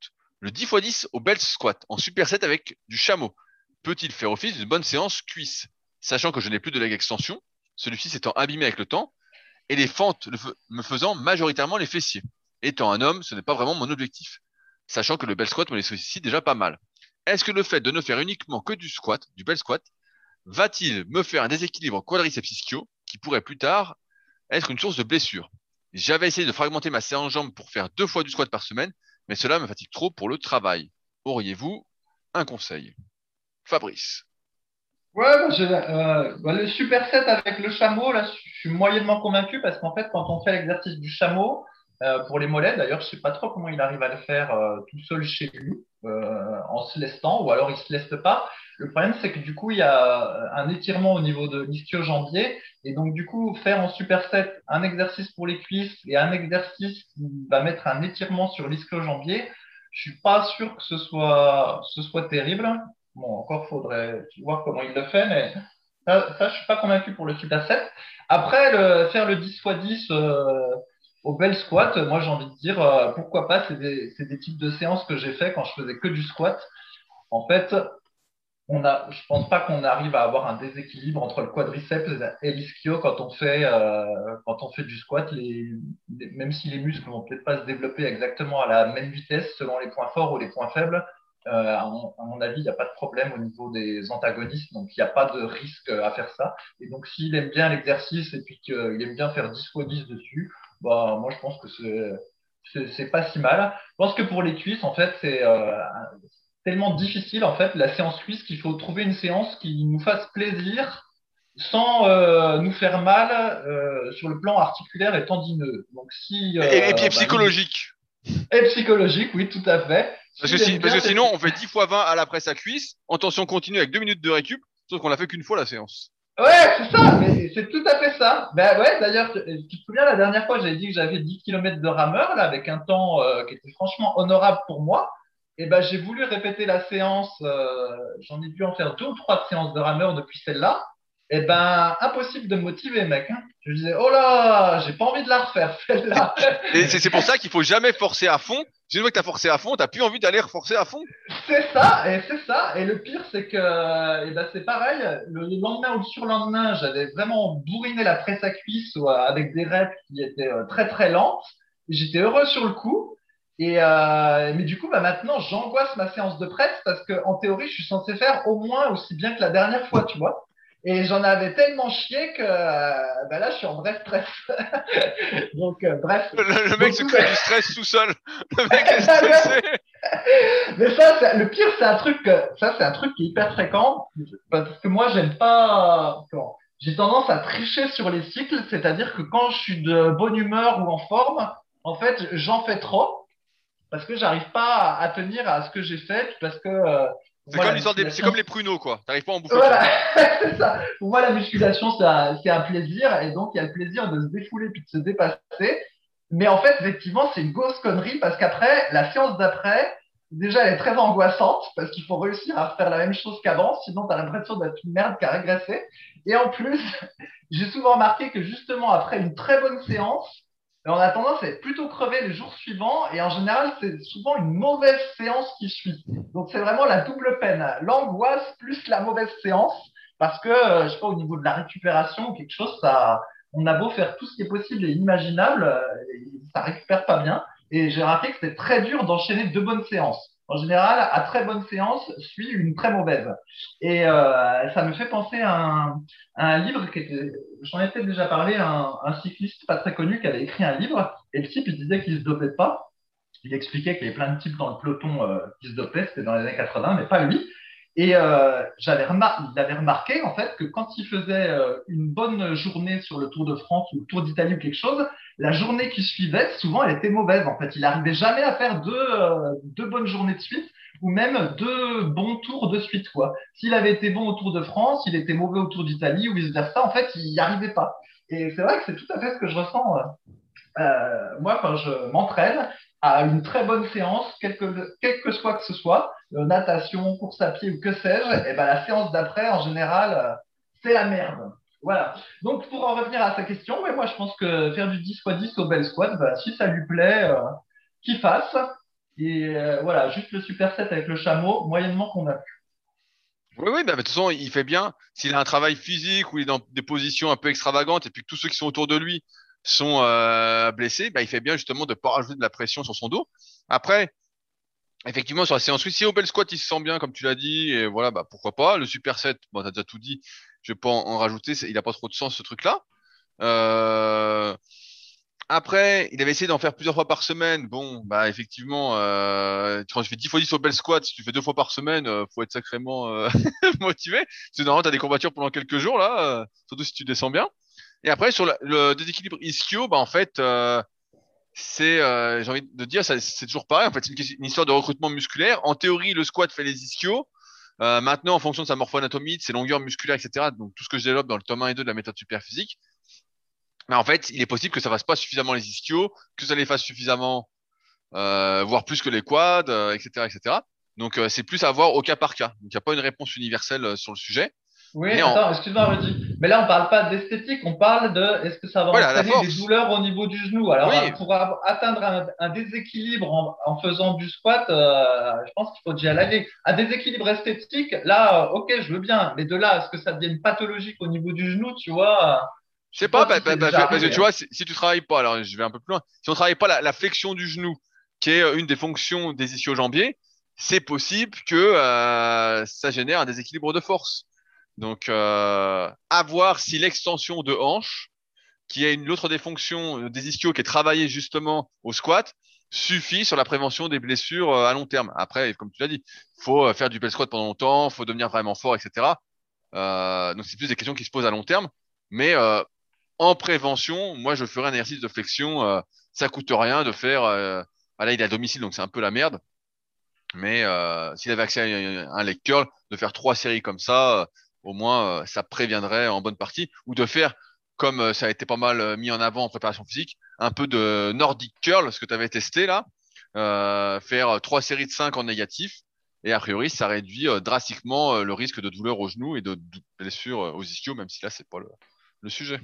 Le 10 x 10 au bel squat en superset avec du chameau peut-il faire office d'une bonne séance cuisse, sachant que je n'ai plus de leg extension, celui-ci s'étant abîmé avec le temps, et les fentes me faisant majoritairement les fessiers. Étant un homme, ce n'est pas vraiment mon objectif, sachant que le bel squat me les sollicite déjà pas mal. Est-ce que le fait de ne faire uniquement que du squat, du bel squat, va-t-il me faire un déséquilibre quadriceps ischio qui pourrait plus tard être une source de blessure? J'avais essayé de fragmenter ma séance jambes pour faire 2 fois du squat par semaine, mais cela me fatigue trop pour le travail. Auriez-vous un conseil? Fabrice. Ouais, le superset avec le chameau, là, je suis moyennement convaincu parce qu'en fait, quand on fait l'exercice du chameau, pour les mollets, d'ailleurs, je sais pas trop comment il arrive à le faire tout seul chez lui, en se lestant, ou alors il se leste pas. Le problème, c'est que du coup, il y a un étirement au niveau de l'ischio-jambier, et donc du coup, faire en superset un exercice pour les cuisses et un exercice qui va mettre un étirement sur l'ischio-jambier, je suis pas sûr que ce soit terrible. Bon, encore faudrait voir comment il le fait, mais ça, je suis pas convaincu pour le superset. Après, faire le 10 x 10 au bel squat, moi j'ai envie de dire pourquoi pas, c'est des types de séances que j'ai fait quand je faisais que du squat. En fait, je pense pas qu'on arrive à avoir un déséquilibre entre le quadriceps et l'ischio quand on fait du squat, même si les muscles vont peut-être pas se développer exactement à la même vitesse selon les points forts ou les points faibles. À mon avis, il n'y a pas de problème au niveau des antagonistes, donc il n'y a pas de risque à faire ça. Et donc, s'il aime bien l'exercice et puis qu'il aime bien faire 10 x 10 dessus, bah, moi, je pense que c'est pas si mal. Je pense que pour les cuisses, en fait, c'est tellement difficile, en fait, la séance cuisse qu'il faut trouver une séance qui nous fasse plaisir sans nous faire mal sur le plan articulaire et tendineux. Donc, si, Et puis psychologique. et psychologique, oui, tout à fait. Parce que sinon, on fait 10 x 20 à la presse à cuisse, en tension continue avec 2 minutes de récup, sauf qu'on l'a fait qu'une fois la séance. Ouais, c'est ça, mais c'est tout à fait ça. Ben ouais, d'ailleurs, tu te souviens la dernière fois, j'avais dit que j'avais 10 kilomètres de rameur, là, avec un temps qui était franchement honorable pour moi. Et ben, j'ai voulu répéter la séance, j'en ai dû en faire 2 ou 3 séances de rameur depuis celle-là. Et ben, impossible de me motiver, mec, hein. Je me disais, oh là, j'ai pas envie de la refaire, celle-là. Et c'est pour ça qu'il faut jamais forcer à fond. Si une fois que t'as forcé à fond, t'as plus envie d'aller reforcer à fond. C'est ça, et c'est ça. Et le pire, c'est que, ben, c'est pareil. Le lendemain ou le surlendemain, j'avais vraiment bourriné la presse à cuisse avec des reps qui étaient très très lents. J'étais heureux sur le coup. Mais du coup, bah, maintenant, j'angoisse ma séance de presse parce que, en théorie, je suis censé faire au moins aussi bien que la dernière fois, tu vois. Et j'en avais tellement chié que, bah, là, je suis en vrai stress. Donc, bref. Le mec Donc, se tout crée du stress tout seul. Le mec est stressé. Mais ça, le pire, c'est un truc qui est hyper fréquent parce que moi, j'aime pas. J'ai tendance à tricher sur les cycles, c'est-à-dire que quand je suis de bonne humeur ou en forme, en fait, j'en fais trop parce que j'arrive pas à tenir à ce que j'ai fait parce que pour C'est moi, comme la l'histoire c'est musculation, comme les pruneaux, quoi. T'arrives pas à en bouffer voilà, qu'un. c'est ça. Pour moi, la musculation, c'est un plaisir et donc il y a le plaisir de se défouler puis de se dépasser. Mais en fait, effectivement, c'est une grosse connerie parce qu'après, la séance d'après, déjà, elle est très angoissante parce qu'il faut réussir à faire la même chose qu'avant, sinon tu as l'impression d'être une merde qui a régressé. Et en plus, j'ai souvent remarqué que justement, après une très bonne séance, on a tendance à être plutôt crevé les jours suivants et en général, c'est souvent une mauvaise séance qui suit. Donc, c'est vraiment la double peine, l'angoisse plus la mauvaise séance parce que, je sais pas, au niveau de la récupération ou quelque chose, on a beau faire tout ce qui est possible et imaginable, ça récupère pas bien. Et j'ai remarqué que c'était très dur d'enchaîner 2 bonnes séances. En général, à très bonne séance suit une très mauvaise. Et ça me fait penser à un livre j'en ai peut-être déjà parlé, un cycliste pas très connu qui avait écrit un livre. Et le type, il disait qu'il se dopait pas. Il expliquait qu'il y avait plein de types dans le peloton qui se dopaient, c'était dans les années 80, mais pas lui. Et il avait remarqué en fait que quand il faisait une bonne journée sur le Tour de France ou le Tour d'Italie ou quelque chose, la journée qui suivait, souvent, elle était mauvaise. En fait, il n'arrivait jamais à faire deux bonnes journées de suite ou même 2 bons tours de suite, quoi. S'il avait été bon au Tour de France, il était mauvais au Tour d'Italie ou vice-versa. En fait, il n'y arrivait pas. Et c'est vrai que c'est tout à fait ce que je ressens moi, quand je m'entraîne à une très bonne séance, quel que soit que ce soit, natation, course à pied ou que sais-je, et ben la séance d'après, en général, c'est la merde. Voilà. Donc, pour en revenir à sa question, moi, je pense que faire du 10 x 10 au bel squat, bah, si ça lui plaît, qu'il fasse. Et voilà, juste le superset avec le chameau, moyennement convaincu. Oui, oui, bah, de toute façon, il fait bien. S'il a un travail physique où il est dans des positions un peu extravagantes et puis que tous ceux qui sont autour de lui sont blessés, bah, il fait bien justement de pas rajouter de la pression sur son dos. Après, effectivement, sur la séance, oui, si au bel squat, il se sent bien, comme tu l'as dit, et voilà, bah, pourquoi pas. Le superset, bon, t'as déjà tout dit, je vais pas en rajouter, il a pas trop de sens, ce truc-là. Euh, Après, il avait essayé d'en faire plusieurs fois par semaine. Bon, bah effectivement, quand tu fais 10 fois 10 au bel squat, si tu fais deux fois par semaine, faut être sacrément motivé. C'est normal, t'as des courbatures pendant quelques jours là, surtout si tu descends bien. Et après, sur le déséquilibre ischio, bah en fait, j'ai envie de dire, c'est toujours pareil. En fait, c'est une histoire de recrutement musculaire. En théorie, le squat fait les ischios. Maintenant, en fonction de sa morpho-anatomie, de ses longueurs musculaires, etc., donc tout ce que je développe dans le tome 1 et 2 de la méthode superphysique, mais en fait, il est possible que ça fasse pas suffisamment les ischios, que ça les fasse suffisamment, voire plus que les quads, etc., etc. Donc, c'est plus à voir au cas par cas. Donc, il n'y a pas une réponse universelle sur le sujet. Oui, Mais attends, excuse-moi, Rudy. Mais là, on parle pas d'esthétique, on parle de est-ce que ça va voilà, la entraîner des force. douleurs au niveau du genou. Alors, Oui, pour atteindre un déséquilibre en faisant du squat, je pense qu'il faut déjà aller. Un déséquilibre esthétique, là, ok, je veux bien. Mais de là, à ce que ça devienne pathologique au niveau du genou, tu vois, je je sais sais pas, pas si c'est déjà parce que arrivé, tu hein. vois, si tu travailles pas, alors je vais un peu plus loin, si on travaille pas la flexion du genou, qui est une des fonctions des ischio-jambiers, c'est possible que ça génère un déséquilibre de force. Donc, à voir si l'extension de hanche, qui est une autre des fonctions des ischios qui est travaillée justement au squat, suffit sur la prévention des blessures à long terme. Après, comme tu l'as dit, faut faire du bel squat pendant longtemps, faut devenir vraiment fort, etc. Donc c'est plus des questions qui se posent à long terme. Mais en prévention, moi je ferai un exercice de flexion. Ça coûte rien de faire. Là, il est à domicile, donc c'est un peu la merde. Mais s'il avait accès à un leg curl, de faire 3 séries comme ça, au moins ça préviendrait en bonne partie. Ou de faire, comme ça a été pas mal mis en avant en préparation physique, un peu de Nordic curl, ce que tu avais testé là. Faire 3 séries de 5 en négatif. Et a priori, ça réduit drastiquement le risque de douleur au genou et de blessure aux ischios, même si là, c'est pas le sujet.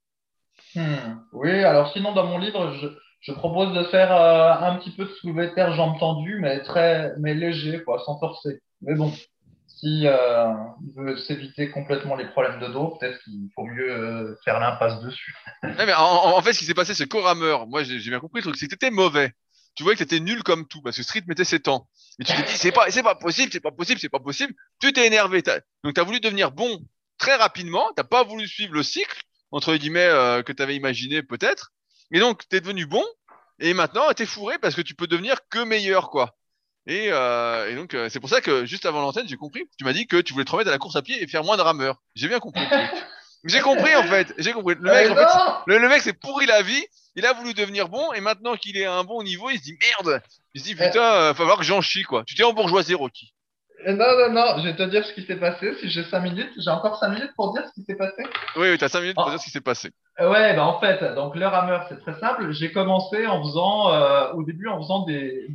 Oui, alors sinon, dans mon livre, je propose de faire un petit peu de soulevé de terre, jambes tendues, mais léger, quoi, sans forcer. Mais bon, si il veut s'éviter complètement les problèmes de dos, peut-être qu'il faut mieux faire l'impasse dessus. Ouais, mais en fait, ce qui s'est passé, c'est qu'au rameur, moi, j'ai bien compris le truc, c'est que t'étais mauvais. Tu voyais que t'étais nul comme tout, parce que Street mettait ses temps. Et tu t'es dit, c'est pas possible, c'est pas possible, c'est pas possible. Tu t'es énervé. Donc, t'as voulu devenir bon très rapidement. T'as pas voulu suivre le cycle, entre guillemets, que t'avais imaginé peut-être. Et donc, t'es devenu bon. Et maintenant, t'es fourré parce que tu peux devenir que meilleur, quoi. Et donc, c'est pour ça que juste avant l'antenne, j'ai compris. Tu m'as dit que tu voulais te remettre à la course à pied et faire moins de rameur. J'ai bien compris le truc. J'ai compris en fait. J'ai compris. Le mec, en fait, Non! le mec s'est pourri la vie. Il a voulu devenir bon et maintenant qu'il est à un bon niveau, il se dit merde. Il se dit putain, va falloir que j'en chie quoi. Tu t'es embourgeoisé, Rocky. Non, non, non, je vais te dire ce qui s'est passé. Si j'ai 5 minutes, j'ai encore 5 minutes pour dire ce qui s'est passé. Oui, oui, t'as 5 minutes pour dire ce Ah, qui s'est passé. ouais, bah en fait, donc le rameur, c'est très simple. J'ai commencé en faisant, au début, en faisant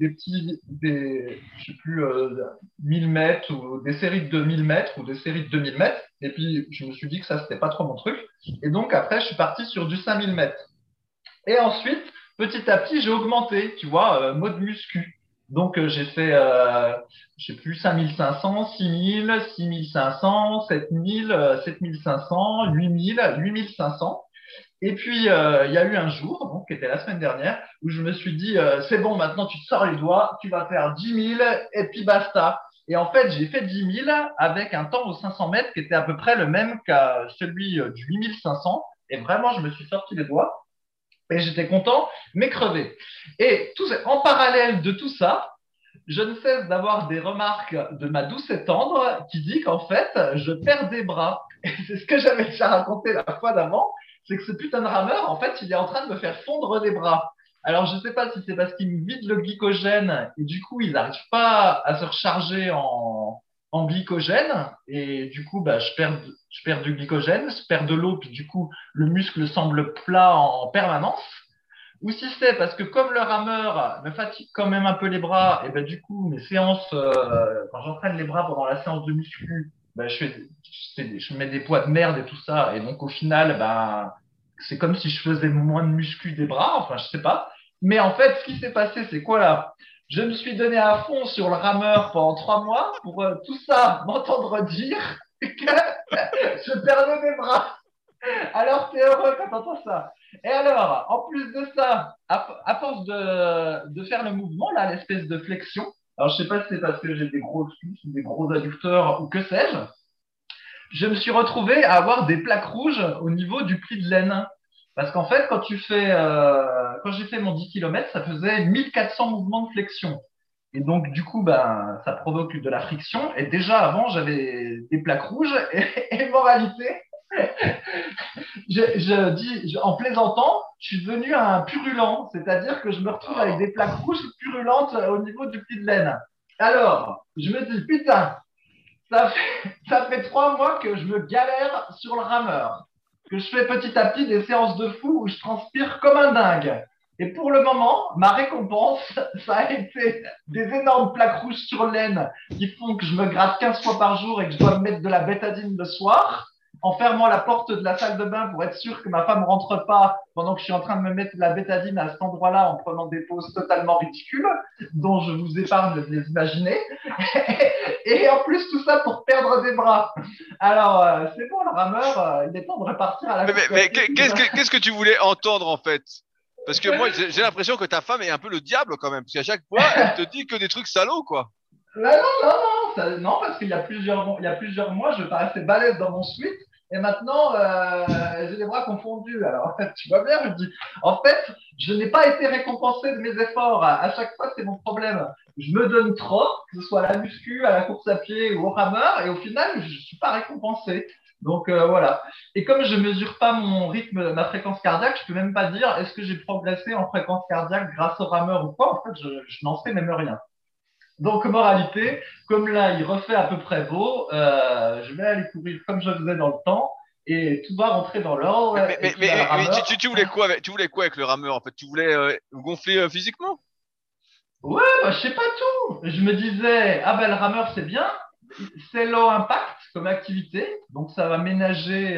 je sais plus, 1000 mètres ou des séries de 2000 mètres ou des séries de 2000 mètres. Et puis, je me suis dit que ça, c'était pas trop mon truc. Et donc, après, je suis parti sur du 5000 mètres. Et ensuite, petit à petit, j'ai augmenté, tu vois, mode muscu. Donc, j'ai fait, je sais plus, 5500, 6000, 6500, 7000, 7500, 8000, 8500. Et puis, il y a eu un jour, donc, qui était la semaine dernière, où je me suis dit, c'est bon, maintenant tu te sors les doigts, tu vas faire 10 000 et puis basta. Et en fait, j'ai fait 10 000 avec un temps aux 500 mètres qui était à peu près le même qu'à celui du 8500. Et vraiment, je me suis sorti les doigts et j'étais content, mais crevé. Et en parallèle de tout ça, je ne cesse d'avoir des remarques de ma douce et tendre qui dit qu'en fait, je perds des bras. Et c'est ce que j'avais déjà raconté la fois d'avant, c'est que ce putain de rameur, en fait, il est en train de me faire fondre des bras. Alors, je ne sais pas si c'est parce qu'il me vide le glycogène et du coup, il n'arrive pas à se recharger en glycogène et du coup, bah, je perds du glycogène, je perds de l'eau, puis du coup, le muscle semble plat en permanence. Ou si c'est parce que comme le rameur me fatigue quand même un peu les bras, et ben du coup mes séances, quand j'entraîne les bras pendant la séance de muscu, ben, je mets des poids de merde et tout ça, et donc au final, ben c'est comme si je faisais moins de muscu des bras, enfin je sais pas. Mais en fait, ce qui s'est passé, c'est quoi là? Je me suis donné à fond sur le rameur pendant 3 mois pour tout ça m'entendre dire que je perdais mes bras. Alors, t'es heureux quand t'entends ça. Et alors, en plus de ça, à force de faire le mouvement, là, l'espèce de flexion, alors je sais pas si c'est parce que j'ai des gros cuisses ou des gros adducteurs ou que sais-je, je me suis retrouvé à avoir des plaques rouges au niveau du pli de laine. Parce qu'en fait, quand j'ai fait mon 10 km, ça faisait 1400 mouvements de flexion. Et donc, du coup, ben, ça provoque de la friction. Et déjà avant, j'avais des plaques rouges. Et moralité, en plaisantant, je suis devenu un purulent. C'est-à-dire que je me retrouve avec Oh. des plaques rouges purulentes au niveau du pli de laine. Alors, je me dis, putain, ça fait 3 mois que je me galère sur le rameur, que je fais petit à petit des séances de fou où je transpire comme un dingue. Et pour le moment, ma récompense, ça a été des énormes plaques rouges sur l'aine qui font que je me gratte 15 fois par jour et que je dois me mettre de la bétadine le soir en fermant la porte de la salle de bain pour être sûr que ma femme rentre pas pendant que je suis en train de me mettre de la bétadine à cet endroit-là en prenant des poses totalement ridicules dont je vous épargne de les imaginer. Et en plus, tout ça pour perdre des bras. Alors, c'est bon, le rameur, il est temps de repartir à la course à Mais pied. qu'est-ce que tu voulais entendre en fait? Parce que moi, j'ai l'impression que ta femme est un peu le diable quand même, parce qu'à chaque fois, elle te dit que des trucs salauds, quoi. Là, non, non, non, non, parce qu'il y a plusieurs mois, je paraissais balèze dans mon suite. Et maintenant, j'ai les bras confondus. Alors, tu vois bien, je dis, en fait, je n'ai pas été récompensé de mes efforts. À chaque fois, c'est mon problème. Je me donne trop, que ce soit à la muscu, à la course à pied ou au rameur, et au final, je ne suis pas récompensé. Donc voilà. Et comme je mesure pas mon rythme, ma fréquence cardiaque, je peux même pas dire est-ce que j'ai progressé en fréquence cardiaque grâce au rameur ou quoi. En fait, je n'en sais même rien. Donc, moralité, comme là, il refait à peu près beau, je vais aller courir comme je faisais dans le temps et tout va rentrer dans l'ordre. Et puis, bah, le Mais rameur, tu voulais quoi avec le rameur en fait? Tu voulais gonfler physiquement? ouais, bah, je sais pas tout. Je me disais, ah ben le rameur, c'est bien. C'est low impact comme activité. Donc, ça va ménager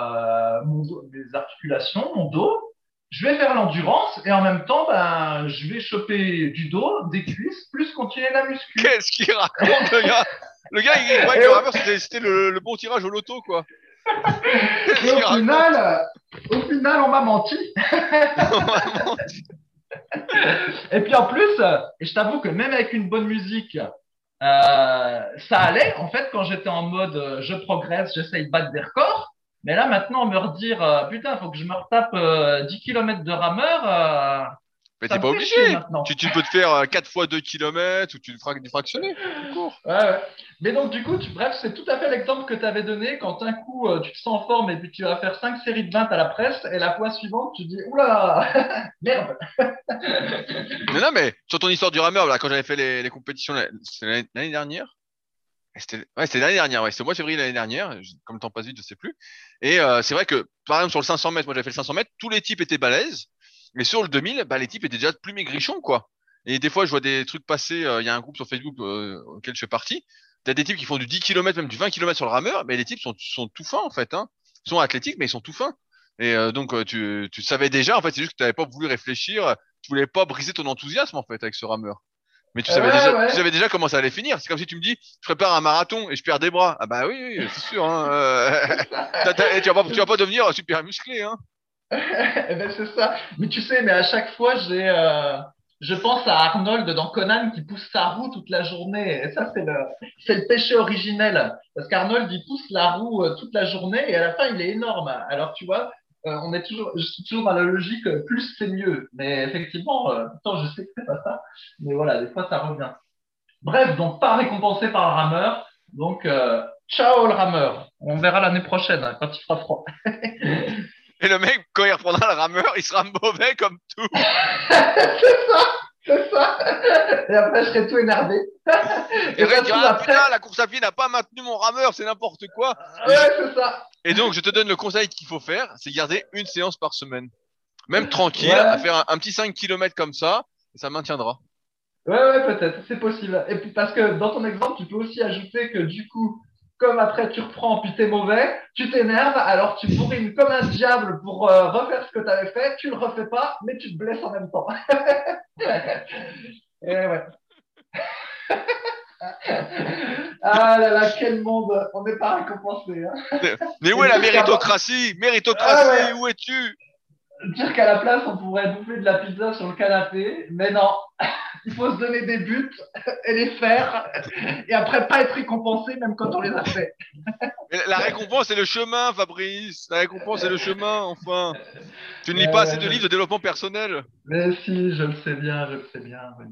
mes articulations, mon dos. Je vais faire l'endurance et en même temps, ben, je vais choper du dos, des cuisses, plus continuer la muscu. Qu'est-ce qu'il raconte, le gars? Le gars, il croyait que Et le au, rameur, c'était le bon tirage au loto, quoi. et Qu'est-ce qu'il au raconte? final, au final, on m'a menti. Vraiment. Et puis en plus, et je t'avoue que même avec une bonne musique, ça allait. En fait, quand j'étais en mode je progresse, j'essaye de battre des records. Mais là, maintenant, me redire putain, faut que je me retape 10 km de rameur, Mais ça t'es me pas fait obligé. chier maintenant. Tu peux te faire 4 fois 2 kilomètres ou tu le feras du fractionné, tout court. Ouais, ouais. Mais donc, du coup, bref, c'est tout à fait l'exemple que tu avais donné. Quand un coup, tu te sens en forme et puis tu vas faire 5 séries de 20 à la presse, et la fois suivante, tu dis oula, merde. Non, mais sur ton histoire du rameur, là, quand j'avais fait les compétitions, c'était l'année dernière. C'était l'année dernière, ouais. C'était au mois de février l'année dernière. Comme le temps passe vite, je sais plus. Et c'est vrai que, par exemple, sur le 500 mètres, moi j'avais fait le 500 mètres, tous les types étaient balèzes. Mais sur le 2000, bah, les types étaient déjà plus maigrichons, quoi. Et des fois, je vois des trucs passer. Il y a un groupe sur Facebook auquel je fais partie. T'as des types qui font du 10 km, même du 20 km sur le rameur, mais les types sont tout fins, en fait, hein. Ils sont athlétiques, mais ils sont tout fins. Et donc, tu savais déjà, en fait, c'est juste que tu n'avais pas voulu réfléchir. Tu voulais pas briser ton enthousiasme, en fait, avec ce rameur. Mais Ouais, tu ouais. savais déjà comment ça allait finir. C'est comme si tu me dis, je prépare un marathon et je perds des bras. Ah bah oui, oui, c'est sûr, hein. Et tu vas pas devenir super musclé, hein. Eh ben, c'est ça. Mais tu sais, mais à chaque fois, je pense à Arnold dans Conan qui pousse sa roue toute la journée. Et ça, c'est le péché originel. Parce qu'Arnold, il pousse la roue toute la journée et à la fin, il est énorme. Alors, tu vois, je suis toujours dans la logique, plus c'est mieux. Mais effectivement, pourtant, je sais que c'est pas ça. Mais voilà, des fois, ça revient. Bref, donc, pas récompensé par le rameur. Donc, ciao le rameur. On verra l'année prochaine, hein, quand il fera froid. Et le mec, quand il reprendra le rameur, il sera mauvais comme tout. C'est ça, c'est ça. Et après, je serais tout énervé. Et Et après, ça il se dira, trouve ah après, putain, la course à pied n'a pas maintenu mon rameur, c'est n'importe quoi. ouais, c'est ça. Et donc, je te donne le conseil qu'il faut faire, c'est garder une séance par semaine. Même tranquille, à Ouais, faire un petit 5 km comme ça, et ça maintiendra. ouais, ouais, peut-être, c'est possible. Et puis parce que dans ton exemple, tu peux aussi ajouter que du coup, comme après tu reprends puis t'es mauvais, tu t'énerves, alors tu bourrines comme un diable pour refaire ce que tu avais fait, tu le refais pas, mais tu te blesses en même temps. Et ouais. Ah là là, quel monde! On n'est pas récompensé, hein. Mais où Et est la dire qu'à méritocratie? ah ouais, Méritocratie, où es-tu? dire qu'à la place, on pourrait bouffer de la pizza sur le canapé, mais non, il faut se donner des buts et les faire, et après pas être récompensé même quand on les a fait. Mais la récompense, c'est le chemin, Fabrice. La récompense, c'est le chemin, enfin. Tu ne lis pas Ouais, assez ouais, de livres de développement personnel. mais si, je le sais bien, je le sais bien. Oui.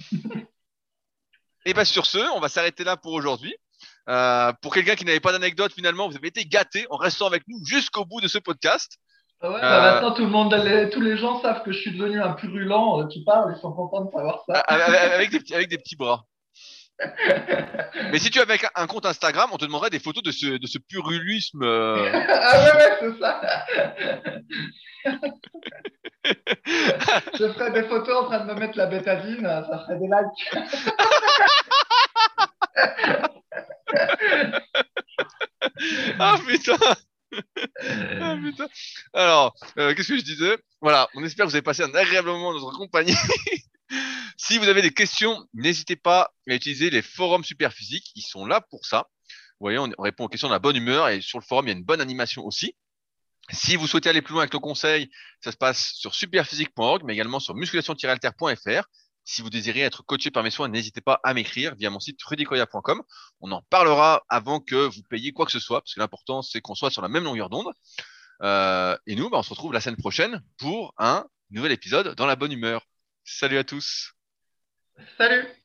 Et bien sur ce, on va s'arrêter là pour aujourd'hui. Pour quelqu'un qui n'avait pas d'anecdote, finalement, vous avez été gâté en restant avec nous jusqu'au bout de ce podcast. Ah ouais, bah Euh, maintenant tout le monde, tous les gens savent que je suis devenu un purulent qui parle, ils sont contents de savoir ça. avec des petits bras. Mais si tu avais un compte Instagram, on te demanderait des photos de ce purulisme. Ah ouais, ouais, c'est ça. Je ferais des photos en train de me mettre la bétadine, ça ferait des likes. Ah putain, ah putain. Alors, qu'est-ce que je disais? Voilà, on espère que vous avez passé un agréable moment dans notre compagnie. Si vous avez des questions, n'hésitez pas à utiliser les forums Superphysique. Ils sont là pour ça. Vous voyez, on répond aux questions dans la bonne humeur et sur le forum, il y a une bonne animation aussi. Si vous souhaitez aller plus loin avec nos conseils, ça se passe sur superphysique.org, mais également sur musculation-alter.fr. Si vous désirez être coaché par mes soins, n'hésitez pas à m'écrire via mon site rudicoya.com. On en parlera avant que vous payiez quoi que ce soit, parce que l'important, c'est qu'on soit sur la même longueur d'onde. Et nous, on se retrouve la semaine prochaine pour un nouvel épisode dans la bonne humeur. Salut à tous. Salut!